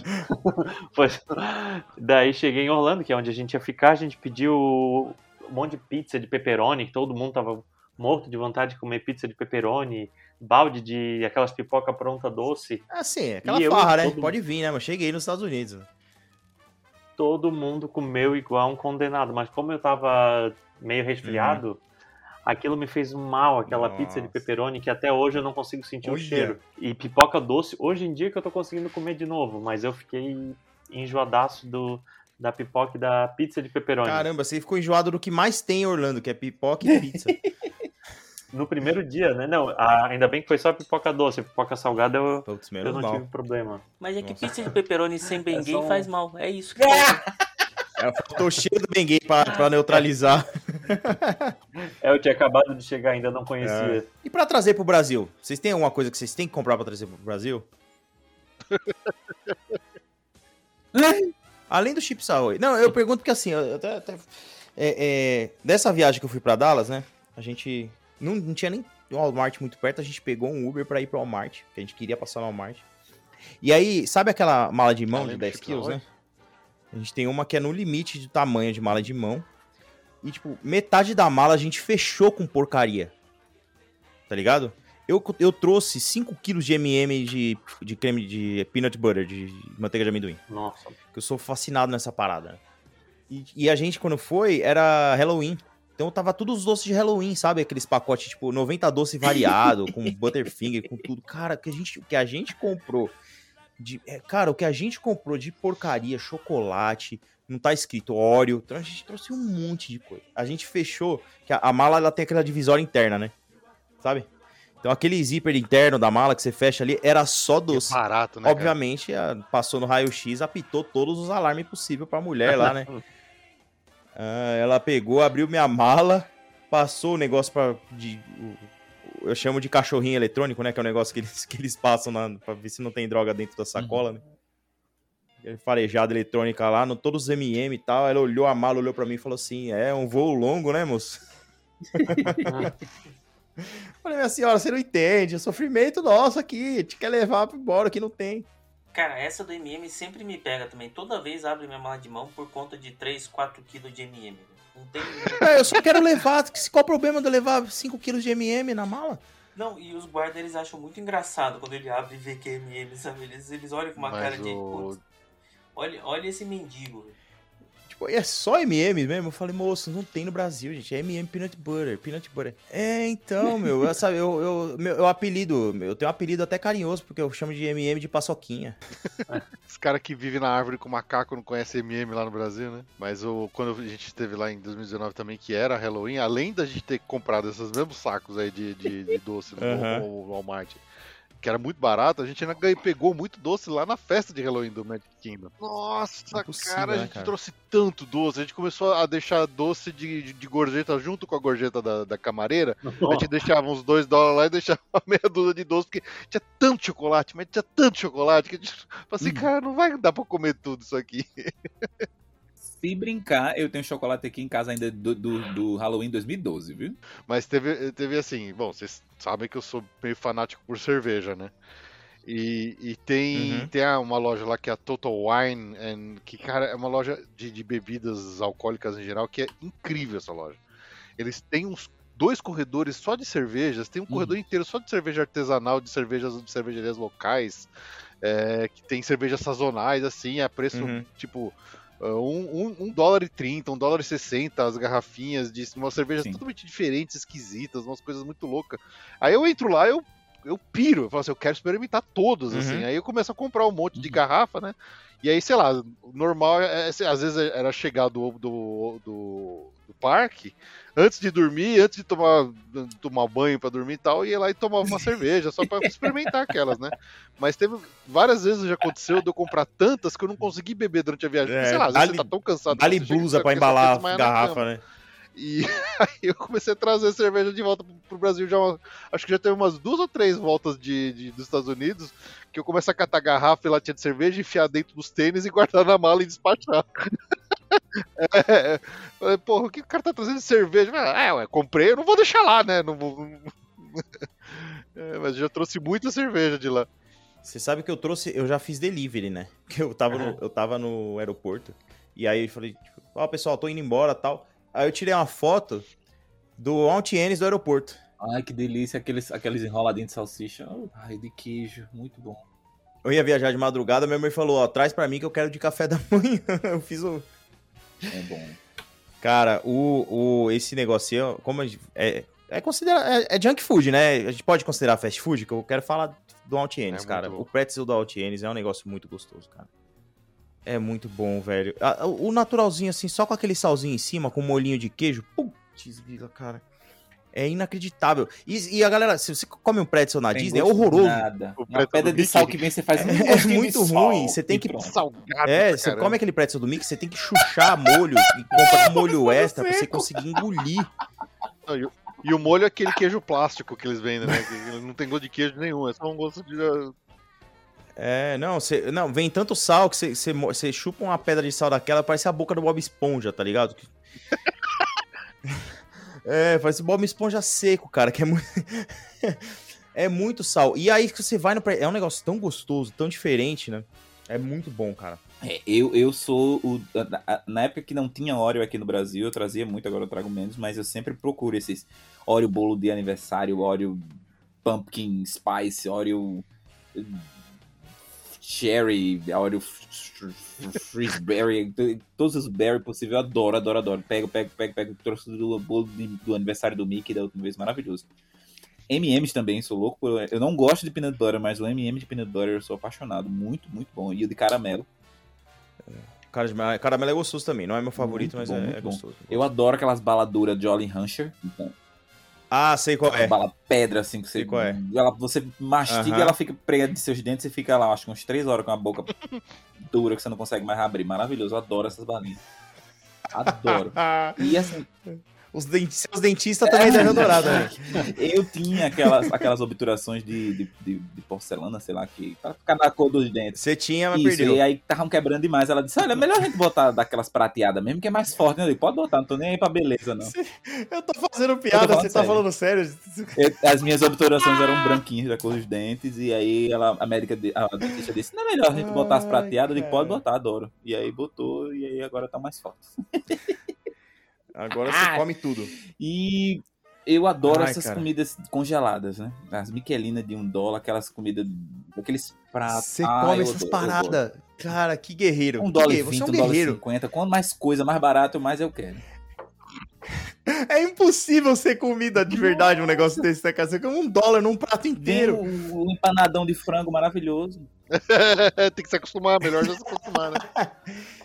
Daí cheguei em Orlando, que é onde a gente ia ficar, a gente pediu um monte de pizza de pepperoni, que todo mundo tava morto de vontade de comer pizza de pepperoni, balde de aquelas pipoca pronta doce. Sim, aquela farra, né? Pode vir, né? Mas cheguei nos Estados Unidos. Todo mundo comeu igual um condenado, mas como eu tava meio resfriado, aquilo me fez mal, aquela pizza de pepperoni, que até hoje eu não consigo sentir o cheiro. E pipoca doce, hoje em dia que eu tô conseguindo comer de novo, mas eu fiquei enjoadaço da pipoca e da pizza de pepperoni. Caramba, você ficou enjoado do que mais tem em Orlando, que é pipoca e pizza. No primeiro dia, né? Não, ainda bem que foi só pipoca doce. Pipoca salgada eu não tive problema. Mas é que pizza de pepperoni sem Bengay faz mal. É isso que faltou cheio do Bengay pra neutralizar. Eu tinha acabado de chegar, ainda não conhecia. E pra trazer pro Brasil? Vocês têm alguma coisa que vocês têm que comprar pra trazer pro Brasil? Além do Chips Ahoy. Não, eu pergunto porque assim, dessa viagem que eu fui pra Dallas, né? A gente não tinha nem um Walmart muito perto, a gente pegou um Uber pra ir pro Walmart, que a gente queria passar no Walmart. E aí, sabe aquela mala de mão de 10 quilos, né? A gente tem uma que é no limite de tamanho de mala de mão. E, tipo, metade da mala a gente fechou com porcaria. Tá ligado? Eu trouxe 5 quilos de M&M de creme de peanut butter, de manteiga de amendoim. Nossa. Que eu sou fascinado nessa parada. E a gente, quando foi, era Halloween. Então tava todos os doces de Halloween, sabe? Aqueles pacotes, tipo, 90 doce variado, com Butterfinger, com tudo. Cara, o que a gente comprou o que a gente comprou de porcaria, chocolate, não tá escrito Oreo, então a gente trouxe um monte de coisa. A gente fechou, que a mala ela tem aquela divisória interna, né? Sabe? Então aquele zíper interno da mala que você fecha ali era só doce. Que barato, né? Obviamente, passou no raio-x, apitou todos os alarmes possíveis pra mulher lá, né? Ela pegou, abriu minha mala, passou o negócio eu chamo de cachorrinho eletrônico, né? Que é um negócio que eles passam pra ver se não tem droga dentro da sacola, né? Farejada eletrônica lá, todos os M&M e tal. Ela olhou a mala, olhou pra mim e falou assim, um voo longo, né, moço? Falei, minha senhora, você não entende, é sofrimento nosso aqui, te quer levar embora, que não tem. Cara, essa do M&M sempre me pega também. Toda vez abre minha mala de mão por conta de 3, 4 quilos de M&M. Não tem... eu só quero levar. Qual o problema de eu levar 5 quilos de M&M na mala? Não, e os guardas, eles acham muito engraçado quando ele abre e vê que é M&M, sabe? Eles olham com uma cara de... Olha esse mendigo. Tipo, é só M&M mesmo? Eu falei, moço, não tem no Brasil, gente. É M&M Peanut Butter. Então, meu, sabe, eu apelido, eu tenho um apelido até carinhoso, porque eu chamo de M&M de paçoquinha. Os caras que vivem na árvore com macaco não conhecem M&M lá no Brasil, né? Mas quando a gente esteve lá em 2019 também, que era Halloween, além da gente ter comprado esses mesmos sacos aí de doce no Walmart, que era muito barato, a gente ainda pegou muito doce lá na festa de Halloween do Magic Kingdom. Nossa, cara, a gente trouxe tanto doce. A gente começou a deixar doce de gorjeta junto com a gorjeta da camareira. A gente deixava uns $2 lá e deixava meia dúzia de doce, porque tinha tanto chocolate, mas tinha tanto chocolate que a gente falou assim, cara, não vai dar pra comer tudo isso aqui. Se brincar, eu tenho chocolate aqui em casa ainda do Halloween 2012, viu? Mas teve assim, bom, vocês sabem que eu sou meio fanático por cerveja, né? E tem uma loja lá que é a Total Wine, que, cara, é uma loja de bebidas alcoólicas em geral, que é incrível essa loja. Eles têm uns 2 corredores só de cervejas, tem um corredor inteiro só de cerveja artesanal, de cervejarias locais, que tem cervejas sazonais, assim, a preço, tipo... $1,30, $1,60 as garrafinhas de umas cervejas totalmente diferentes, esquisitas, umas coisas muito loucas. Aí eu entro lá, eu piro, eu falo assim, eu quero experimentar todos, assim. Aí eu começo a comprar um monte de garrafa, né? E aí, sei lá, normal, às vezes era chegar do parque, antes de dormir, antes de tomar banho pra dormir e tal, ia lá e tomava uma cerveja, só pra experimentar aquelas, né? Mas teve várias vezes já aconteceu de eu comprar tantas que eu não consegui beber durante a viagem. Sei lá, às vezes você tá tão cansado. Dá-lhe blusa pra embalar a garrafa, né? E aí eu comecei a trazer cerveja de volta pro Brasil. Acho que já teve umas 2 ou 3 voltas dos Estados Unidos que eu comecei a catar garrafa e latinha de cerveja, enfiar dentro dos tênis e guardar na mala e despachar. Falei, porra, o que o cara tá trazendo de cerveja? Comprei, eu não vou deixar lá, né? Não vou... mas já trouxe muita cerveja de lá. Você sabe que eu já fiz delivery, né? Porque eu tava no aeroporto. E aí eu falei, tipo, pessoal, tô indo embora e tal. Aí eu tirei uma foto do Altiennes do aeroporto. Ai, que delícia, aqueles enroladinhos de salsicha. Ai, de queijo, muito bom. Eu ia viajar de madrugada, minha mãe falou, traz pra mim que eu quero de café da manhã. Eu fiz o... É bom. Cara, esse negocinho, como é junk food, né? A gente pode considerar fast food, que eu quero falar do Altiennes, cara. O pretzel do Altiennes é um negócio muito gostoso, cara. É muito bom, velho. O naturalzinho, assim, só com aquele salzinho em cima, com um molhinho de queijo. Putz, cara. É inacreditável. E a galera, se você come um pretzel na Disney, é horroroso. Nada. Uma pedra de sal que vem, você faz é muito ruim. Você tem que... salgado. Você come aquele pretzel do Mickey, você tem que chuchar molho e compra molho extra pra você conseguir engolir. E o molho é aquele queijo plástico que eles vendem, né? Que não tem gosto de queijo nenhum, é só um gosto de... Não, vem tanto sal que você chupa uma pedra de sal daquela, parece a boca do Bob Esponja, tá ligado? Parece Bob Esponja seco, cara, que é muito... é muito sal. E aí que você vai é um negócio tão gostoso, tão diferente, né? É muito bom, cara. Eu sou na época que não tinha Oreo aqui no Brasil, eu trazia muito, agora eu trago menos, mas eu sempre procuro esses Oreo bolo de aniversário, Oreo pumpkin spice, Oreo cherry, Oreo freezeberry, todos os berry possíveis, eu adoro. Pego, trouxe do bolo do aniversário do Mickey da última vez, maravilhoso. M&M's também, sou louco por... Eu não gosto de peanut butter, mas o M&M de peanut butter eu sou apaixonado, muito, muito bom. E o de caramelo. Caramelo é gostoso também, não é meu favorito, muito mas bom, é gostoso. Eu adoro aquelas baladuras Jolly Rancher. Então, sei qual é. Bala pedra, assim, que você... Qual é. Você mastiga, ela fica presa de seus dentes e fica lá, acho que uns 3 horas com a boca dura que você não consegue mais abrir. Maravilhoso, eu adoro essas balinhas. Adoro. E assim... Seus dentistas também devem adorar, né? Eu tinha aquelas obturações de porcelana, sei lá, que pra ficar na cor dos dentes. Você tinha, mas perdeu. E aí estavam quebrando demais. Ela disse, olha, é melhor a gente botar daquelas prateadas mesmo, que é mais forte. Eu disse, pode botar, não tô nem aí pra beleza, não. Eu tô fazendo piada, você tá falando sério? As minhas obturações eram branquinhas da cor dos dentes, e aí a dentista disse, não é melhor a gente botar as prateadas? Eu disse, pode botar, adoro. E aí botou, e aí agora tá mais forte. Agora você come tudo. E eu adoro essas comidas congeladas, né? As miquelinas de $1, aquelas comidas, aqueles pratos. Você come essas paradas. Cara, que guerreiro. $1,20, você é um guerreiro. $1,50. Quanto mais coisa, mais barato, mais eu quero. É impossível ser comida de verdade um negócio desse, né, cara? Você come $1 num prato inteiro. Um empanadão de frango maravilhoso. Tem que se acostumar, melhor já se acostumar, né?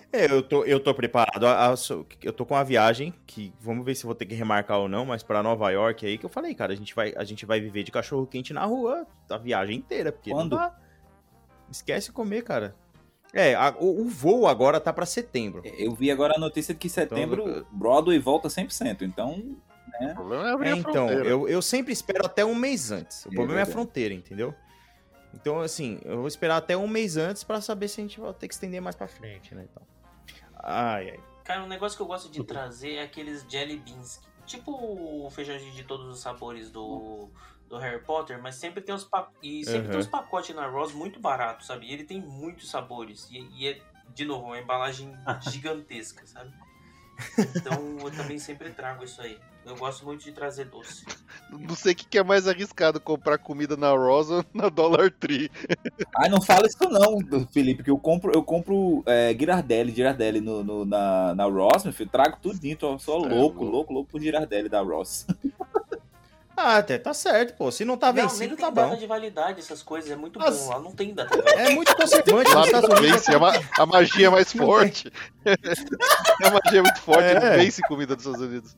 Eu tô preparado. Eu tô com uma viagem que vamos ver se eu vou ter que remarcar ou não, mas pra Nova York aí que eu falei, cara, a gente vai viver de cachorro quente na rua a viagem inteira, porque Quando? não dá. Esquece comer, cara. O voo agora tá pra setembro. Eu vi agora a notícia de que setembro Broadway volta 100%, então... O problema é abrir a Então, fronteira. eu sempre espero até um mês antes. O problema é a verdade. fronteira, entendeu? Então, assim, eu vou esperar até um mês antes pra saber se a gente vai ter que estender mais pra frente, né? Então. Ai. Cara, um negócio que eu gosto de trazer é aqueles jelly beans. Tipo o feijãozinho de todos os sabores do Harry Potter, mas sempre tem tem uns pacotes na Ross muito baratos, sabe? E ele tem muitos sabores. E é, de novo, uma embalagem gigantesca, sabe? Então eu também sempre trago isso aí. Eu gosto muito de trazer doce. Não sei o que é mais arriscado, comprar comida na Ross ou na Dollar Tree. Ai, não fala isso não, Felipe, que eu compro Ghirardelli na Ross, meu filho, trago tudinho, tô só louco por Ghirardelli da Ross. Até tá certo, pô. Se não tá vencido, tá bom. Data de validade, essas coisas, é muito bom. Lá não tem data de validade. É muito conservante. Lá nos Estados Unidos. vence, a magia é mais forte. A magia é muito forte, não vence comida dos Estados Unidos.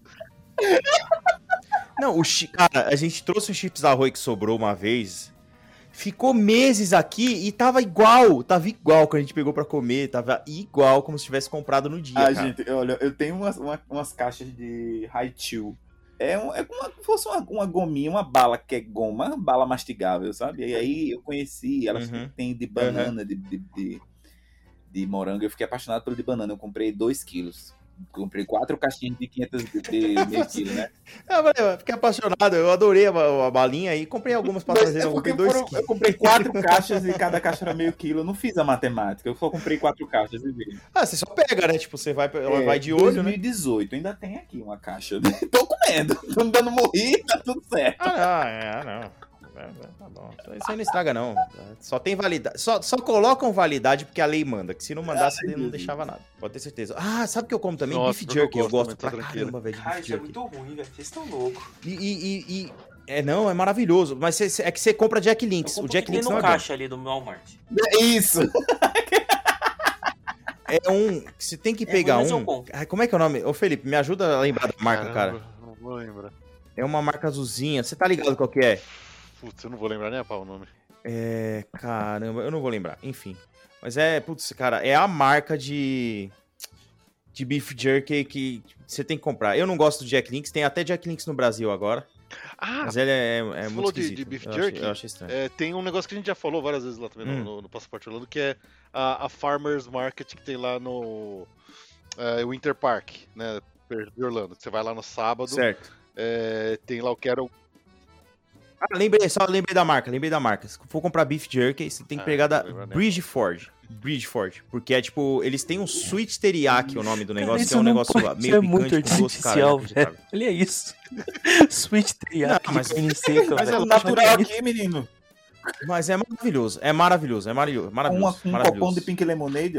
Não, cara, a gente trouxe os chips Ahoy que sobrou uma vez. Ficou meses aqui e tava igual quando a gente pegou pra comer, tava igual como se tivesse comprado no dia, cara. Gente, olha, eu tenho umas caixas de Haichu. É como se fosse uma gominha, uma bala que é goma, uma bala mastigável, sabe? E aí eu conheci, elas tem de banana, de morango, eu fiquei apaixonado pelo de banana, eu comprei 2 quilos. Comprei 4 caixinhas de 500 de meio quilo, né? Eu fiquei apaixonado, eu adorei a balinha e comprei algumas pra trazer. Eu comprei 2 quilos. Eu comprei 4 caixas e cada caixa era meio quilo. Eu não fiz a matemática, eu só comprei 4 caixas e veio. Você só pega, né? Tipo, você vai de olho, 2018, ainda tem aqui uma caixa. Tô comendo, tô dando morrer, tá tudo certo. Não. Tá bom. Isso aí não estraga, não. Só tem validade. Só colocam validade porque a lei manda. Que se não mandasse, não deixava nada. Pode ter certeza. Sabe o que eu como também? Nossa, beef jerky. Eu gosto também, pra caramba, velho. Isso é muito ruim, velho. Vocês estão loucos. Não, é maravilhoso. Mas é que você compra Jack Links. O Jack Links não é caixa ali do Walmart. Isso. É que você tem que pegar Como é que é o nome? Ô, Felipe, me ajuda a lembrar da marca, cara. Não vou lembrar. É uma marca azulzinha. Você tá ligado qual que é? Putz, eu não vou lembrar nem a pau o nome. Caramba, eu não vou lembrar. Enfim. Mas cara, é a marca de beef jerky que você tem que comprar. Eu não gosto do Jack Links. Tem até Jack Links no Brasil agora. Mas ele é muito falou esquisito. de beef jerky? Eu achei estranho. Tem um negócio que a gente já falou várias vezes lá também no Passaporte Orlando, que é a Farmers Market que tem lá no Winter Park, né, perto de Orlando. Você vai lá no sábado. Certo. Tem lá o que era o... lembrei da marca. Se for comprar beef jerky, você tem que pegar da Bridgeford. Porque é tipo, eles têm um sweet teriyaki, o nome do negócio, que é um negócio meio picante com doce, cara. Olha isso. Sweet teriyaki, mas carne seca. Mas é natural aqui, menino. Mas é maravilhoso. Um copão de Pink Lemonade,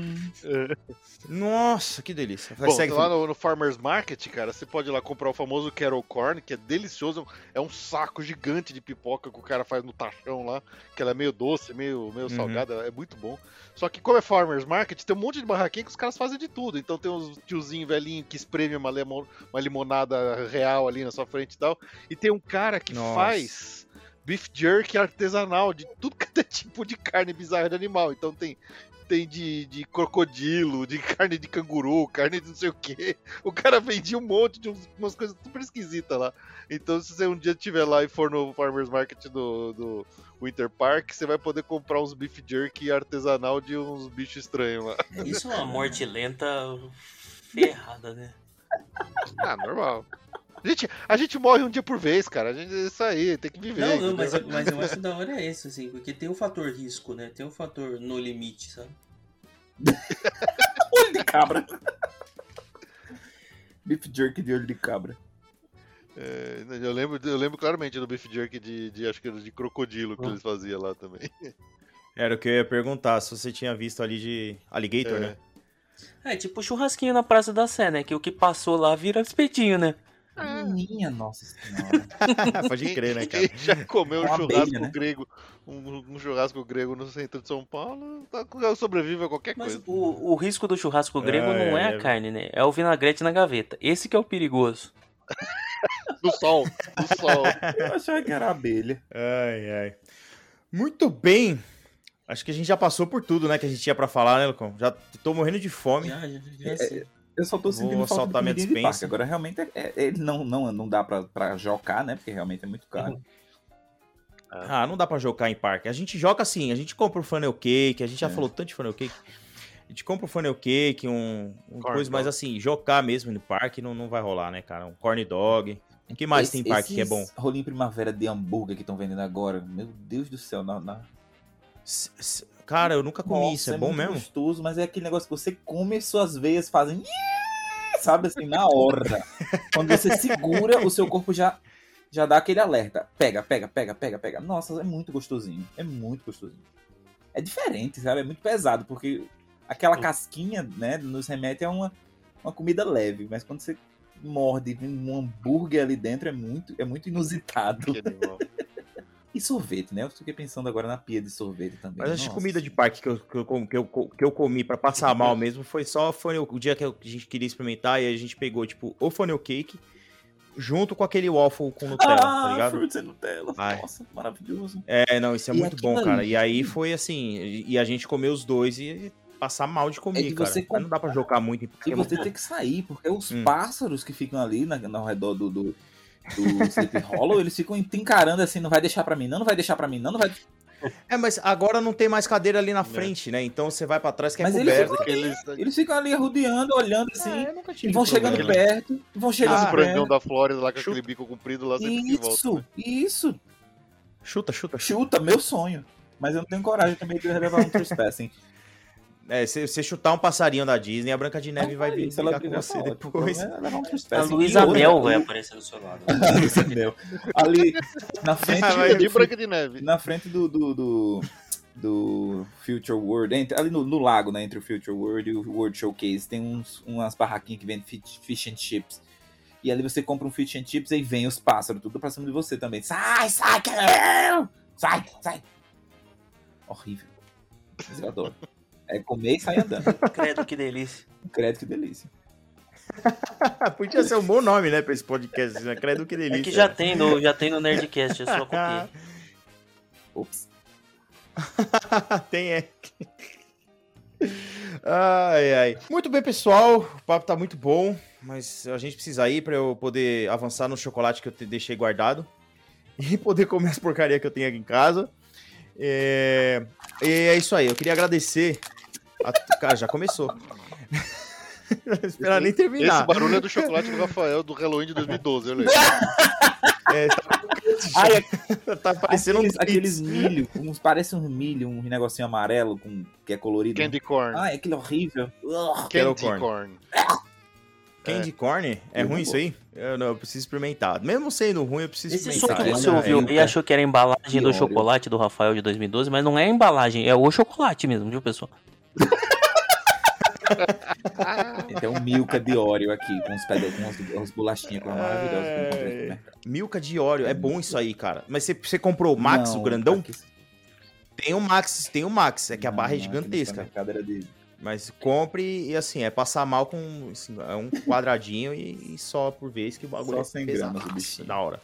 Nossa, que delícia. Bom, lá no Farmers Market, cara, você pode ir lá comprar o famoso Kettle Corn, que é delicioso. É um saco gigante de pipoca que o cara faz no tachão lá, que ela é meio doce, meio salgada, é muito bom. Só que como é Farmers Market, tem um monte de barraquinha que os caras fazem de tudo. Então tem uns tiozinho velhinho que espreme uma limonada real ali na sua frente e tal. E tem um cara que faz beef jerky artesanal de tudo que é tipo de carne bizarra de animal. Então tem de crocodilo, de carne de canguru, carne de não sei o que. O cara vendia um monte de umas coisas super esquisitas lá. Então se você um dia estiver lá e for no Farmers Market do Winter Park, você vai poder comprar uns beef jerky artesanal de uns bichos estranhos lá. Isso é uma morte lenta ferrada, né? Normal. A gente morre um dia por vez, cara. Isso aí, tem que viver. Não, mas eu acho da hora isso, assim, porque tem o fator risco, né? Tem o fator no limite, sabe? Olho de cabra. Beef jerky de olho de cabra. Eu lembro claramente do beef jerky acho que era de crocodilo que eles faziam lá também. Era o que eu ia perguntar, se você tinha visto ali de alligator, né? É tipo churrasquinho na Praça da Sé, né? Que o que passou lá vira espetinho, né? Minha nossa senhora. Pode crer, né, cara? Quem já comeu um Uma churrasco abelha, né? grego, um churrasco grego no centro de São Paulo, sobrevive a qualquer Mas coisa. o risco do churrasco grego não é a carne, né? É o vinagrete na gaveta. Esse que é o perigoso. Do sol. Eu achava que era abelha. Ai. Muito bem. Acho que a gente já passou por tudo, né, que a gente tinha pra falar, né, Lucão? Já tô morrendo de fome. Já sei. Eu só tô sentindo Vou falta de soltar minha comidinha de dispensa. parque. Agora, realmente, ele não dá pra jocar, né? Porque realmente é muito caro. Ah, não dá pra jogar em parque. A gente joga assim, a gente compra o funnel cake, a gente já falou tanto de funnel cake. A gente compra o funnel cake, coisa, mas assim, jogar mesmo no parque não vai rolar, né, cara? Um corn dog. O que mais tem em parque que é bom? Rolinho primavera de hambúrguer que estão vendendo agora. Meu Deus do céu. Cara, eu nunca comi Nossa, isso. É bom muito mesmo? gostoso, mas é aquele negócio que você come e suas veias fazem... Sabe assim, na hora. Quando você segura, o seu corpo já dá aquele alerta. Pega. Nossa, é muito gostosinho. É muito gostosinho. É diferente, sabe? É muito pesado, porque aquela casquinha, né, nos remete a uma comida leve. Mas quando você morde um hambúrguer ali dentro, é muito inusitado. E sorvete, né? Eu fiquei pensando agora na pia de sorvete também. Mas acho que comida de parque que eu comi pra passar mal mesmo foi o dia que a gente queria experimentar e a gente pegou, tipo, o funnel cake junto com aquele waffle com Nutella, tá ligado? Fruits e Nutella. Ai. Nossa, maravilhoso. Não, isso é muito bom, cara. E aí foi assim, e a gente comeu os dois e passar mal de comer, cara. Mas não dá pra jogar muito em parque. E você tem que sair, porque os pássaros que ficam ali ao redor do Sleepy Hollow, eles ficam te encarando assim, não vai deixar pra mim, não vai deixar pra mim, não vai... Mas agora não tem mais cadeira ali na frente, né? Então você vai pra trás que é Mas coberto. eles ficam ali arrodeando, olhando assim, eu nunca tive e vão chegando problema. perto, vão chegando Esse perto. frangão da Flórida lá com aquele bico comprido lá sempre que volta. Isso. Chuta. Meu sonho. Mas eu não tenho coragem também de levar um trespassing. Se você chutar um passarinho da Disney, a Branca de Neve vai vir brigar com você depois. A Luísa Mel vai aparecer do seu lado. Luísa Mel. Ali, na frente de Branca de Neve. Na frente do Future World, ali no lago, né, entre o Future World e o World Showcase, tem umas barraquinhas que vendem fish and chips. E ali você compra um fish and chips e aí vem os pássaros, tudo pra cima de você também. Sai! Horrível. Mas eu adoro. É comer e sair andando. Credo, que delícia. Podia ser um bom nome, né, pra esse podcast, né? Credo, que delícia. É que já tem no Nerdcast, eu só copiei. Ops. Tem, Ai. Muito bem, pessoal. O papo tá muito bom, mas a gente precisa ir pra eu poder avançar no chocolate que eu deixei guardado e poder comer as porcarias que eu tenho aqui em casa. E é isso aí. Eu queria agradecer. Cara, já começou. Não esperar nem terminar. Esse barulho é do chocolate do Rafael do Halloween de 2012, eu lembro. Tá parecendo aqueles milho, parece um milho, um negocinho amarelo que é colorido. Candy corn. Aquele horrível. Candy corn. Candy corn? É ruim isso aí? Eu preciso experimentar. Mesmo sendo ruim, eu preciso experimentar. Esse som que você ouviu e achou que era a embalagem do chocolate do Rafael de 2012, mas não é a embalagem, é o chocolate mesmo, viu, pessoal? Tem um Milka de Oreo aqui, com umas bolachinhas maravilhosas. Milka de Oreo, é bom isso aí, cara. Mas você comprou o Max, o grandão? Tem o Max, é que a barra é gigantesca. Mas compre e assim, é passar mal com assim, um quadradinho e só por vez que o bagulho só 100 gramas do bichinho. Da hora.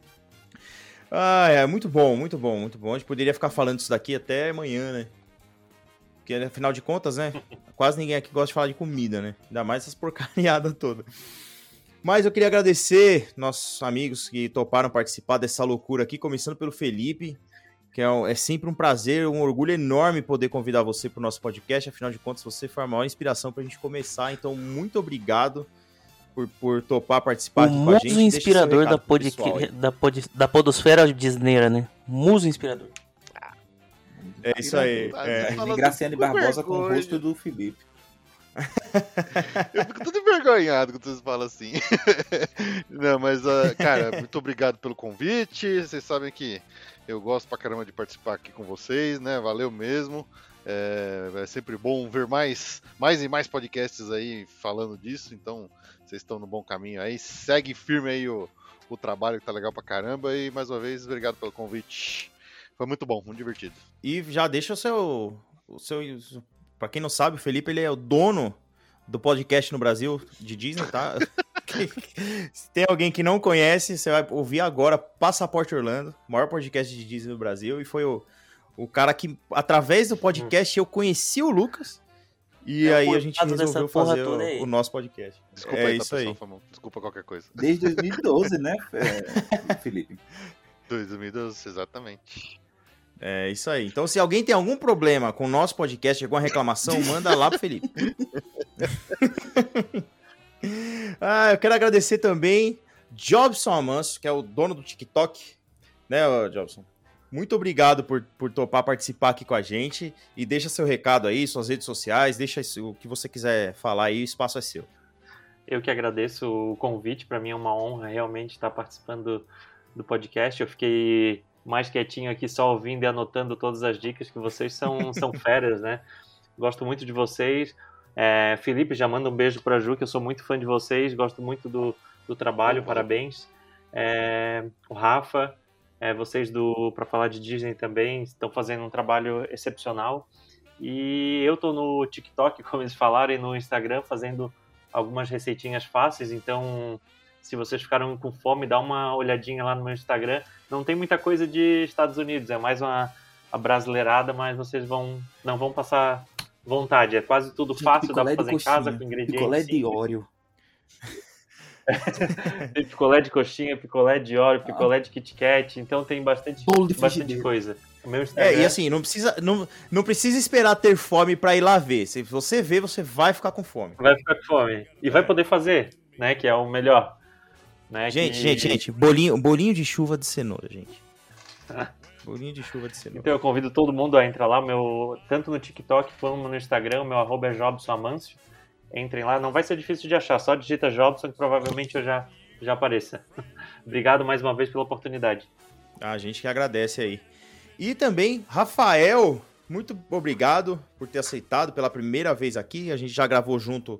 Muito bom. A gente poderia ficar falando isso daqui até amanhã, né? Porque, afinal de contas, né? Quase ninguém aqui gosta de falar de comida, né? Ainda mais essas porcariadas todas. Mas eu queria agradecer nossos amigos que toparam participar dessa loucura aqui, começando pelo Felipe, que é sempre um prazer, um orgulho enorme poder convidar você para o nosso podcast. Afinal de contas, você foi a maior inspiração para a gente começar. Então, muito obrigado por topar participar aqui com a gente. Muso inspirador da podosfera disneira, né? Muso inspirador. É isso aí. Graciane Barbosa com o rosto do Felipe. Eu fico todo envergonhado quando vocês falam assim. Não, mas, cara, muito obrigado pelo convite. Vocês sabem que eu gosto pra caramba de participar aqui com vocês, né? Valeu mesmo. É sempre bom ver mais e mais podcasts aí falando disso, então vocês estão no bom caminho aí. Segue firme aí o trabalho que tá legal pra caramba e mais uma vez, obrigado pelo convite. Foi muito bom, muito divertido. E já deixa o seu... Pra quem não sabe, o Felipe ele é o dono do podcast no Brasil de Disney, tá? Se tem alguém que não conhece, você vai ouvir agora Passaporte Orlando, o maior podcast de Disney no Brasil, e foi o cara que, através do podcast, eu conheci o Lucas, e aí a gente resolveu fazer o nosso podcast. Desculpa aí, aí, isso aí. Desculpa qualquer coisa. Desde 2012, né, Felipe? 2012, exatamente. É isso aí. Então, se alguém tem algum problema com o nosso podcast, alguma reclamação, manda lá pro Felipe. Eu quero agradecer também Jobson Amanso, que é o dono do TikTok, né, Jobson? Muito obrigado por topar participar aqui com a gente e deixa seu recado aí, suas redes sociais, deixa o que você quiser falar aí, o espaço é seu. Eu que agradeço o convite, para mim é uma honra realmente estar participando do podcast. Eu fiquei mais quietinho aqui só ouvindo e anotando todas as dicas, que vocês são feras, né? Gosto muito de vocês. Felipe, já manda um beijo pra Ju, que eu sou muito fã de vocês, gosto muito do trabalho, parabéns. O Rafa, vocês Pra Falar de Disney também estão fazendo um trabalho excepcional. E eu tô no TikTok, como eles falaram, e no Instagram fazendo algumas receitinhas fáceis, então se vocês ficaram com fome, dá uma olhadinha lá no meu Instagram. Não tem muita coisa de Estados Unidos, é mais uma brasileirada, mas vocês não vão passar vontade. É quase tudo fácil, dá pra fazer em casa, com ingredientes. Picolé de Oreo. Tem picolé de coxinha, picolé de Oreo, picolé de Kit Kat, então tem bastante coisa. O meu Instagram... E assim, não precisa esperar ter fome pra ir lá ver. Se você ver, você vai ficar com fome. Vai ficar com fome. E vai poder fazer, né? Que é o melhor. Né, gente, bolinho de chuva de cenoura, gente. Bolinho de chuva de cenoura. Então eu convido todo mundo a entrar lá, tanto no TikTok como no Instagram, o meu @ é Jobson Amancio. Entrem lá, não vai ser difícil de achar, só digita Jobson que provavelmente eu já apareça. Obrigado mais uma vez pela oportunidade. A gente que agradece aí. E também, Rafael, muito obrigado por ter aceitado pela primeira vez aqui. A gente já gravou junto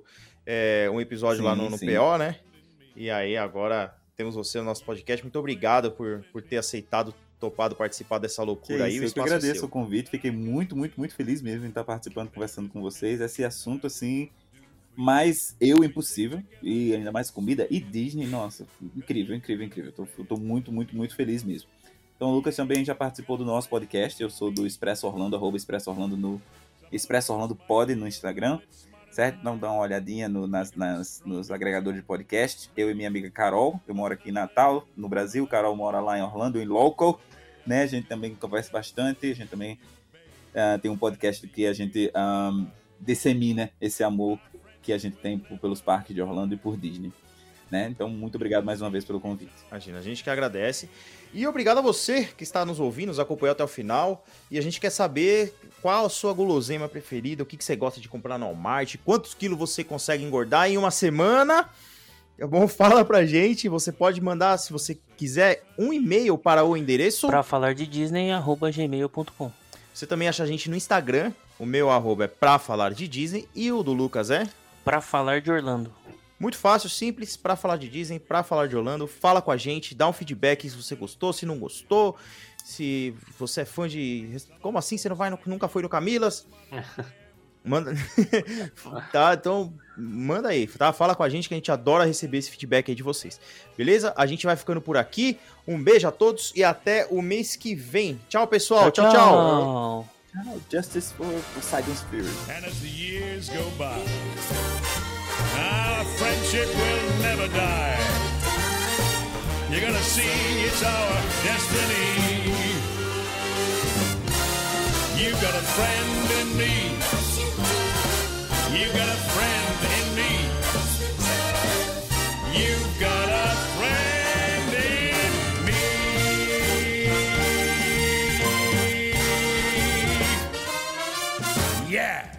um episódio lá no PO, né? E aí, agora temos você no nosso podcast. Muito obrigado por ter aceitado, topado participar dessa loucura aí. Eu que agradeço o convite. Fiquei muito, muito, muito feliz mesmo em estar participando, conversando com vocês. Esse assunto, assim, mais impossível. E ainda mais comida e Disney. Nossa, incrível, incrível, incrível. Eu tô muito, muito, muito feliz mesmo. Então, o Lucas também já participou do nosso podcast. Eu sou do Expresso Orlando, @Expresso Orlando no Expresso Orlando Pod no Instagram. Certo? Não dá uma olhadinha nos agregadores de podcast. Eu e minha amiga Carol, eu moro aqui em Natal, no Brasil. Carol mora lá em Orlando, em Local. Né? A gente também conversa bastante. A gente também tem um podcast que a gente dissemina esse amor que a gente tem pelos parques de Orlando e por Disney. Né? Então, muito obrigado mais uma vez pelo convite. Imagina, a gente que agradece. E obrigado a você que está nos ouvindo, nos acompanhou até o final. E a gente quer saber qual a sua guloseima preferida, o que você gosta de comprar no Walmart, quantos quilos você consegue engordar em uma semana. É bom, fala pra gente. Você pode mandar, se você quiser, um e-mail para o endereço... Pra falar de Disney, @gmail.com. Você também acha a gente no Instagram. O meu @ é pra falar de Disney. E o do Lucas é? Pra falar de Orlando. Muito fácil, simples, pra falar de Disney, pra falar de Orlando. Fala com a gente, dá um feedback se você gostou, se não gostou. Se você é fã de... Como assim você nunca foi no Camilas? Manda... Tá, então manda aí, tá? Fala com a gente que a gente adora receber esse feedback aí de vocês. Beleza? A gente vai ficando por aqui. Um beijo a todos e até o mês que vem. Tchau, pessoal. Tchau, tchau. Justice for Poseidon Spirit. And as the years go by, our friendship will never die. You're gonna see it's our destiny. You've got a friend in me. You've got a friend in me. You've got a friend in me. Yeah.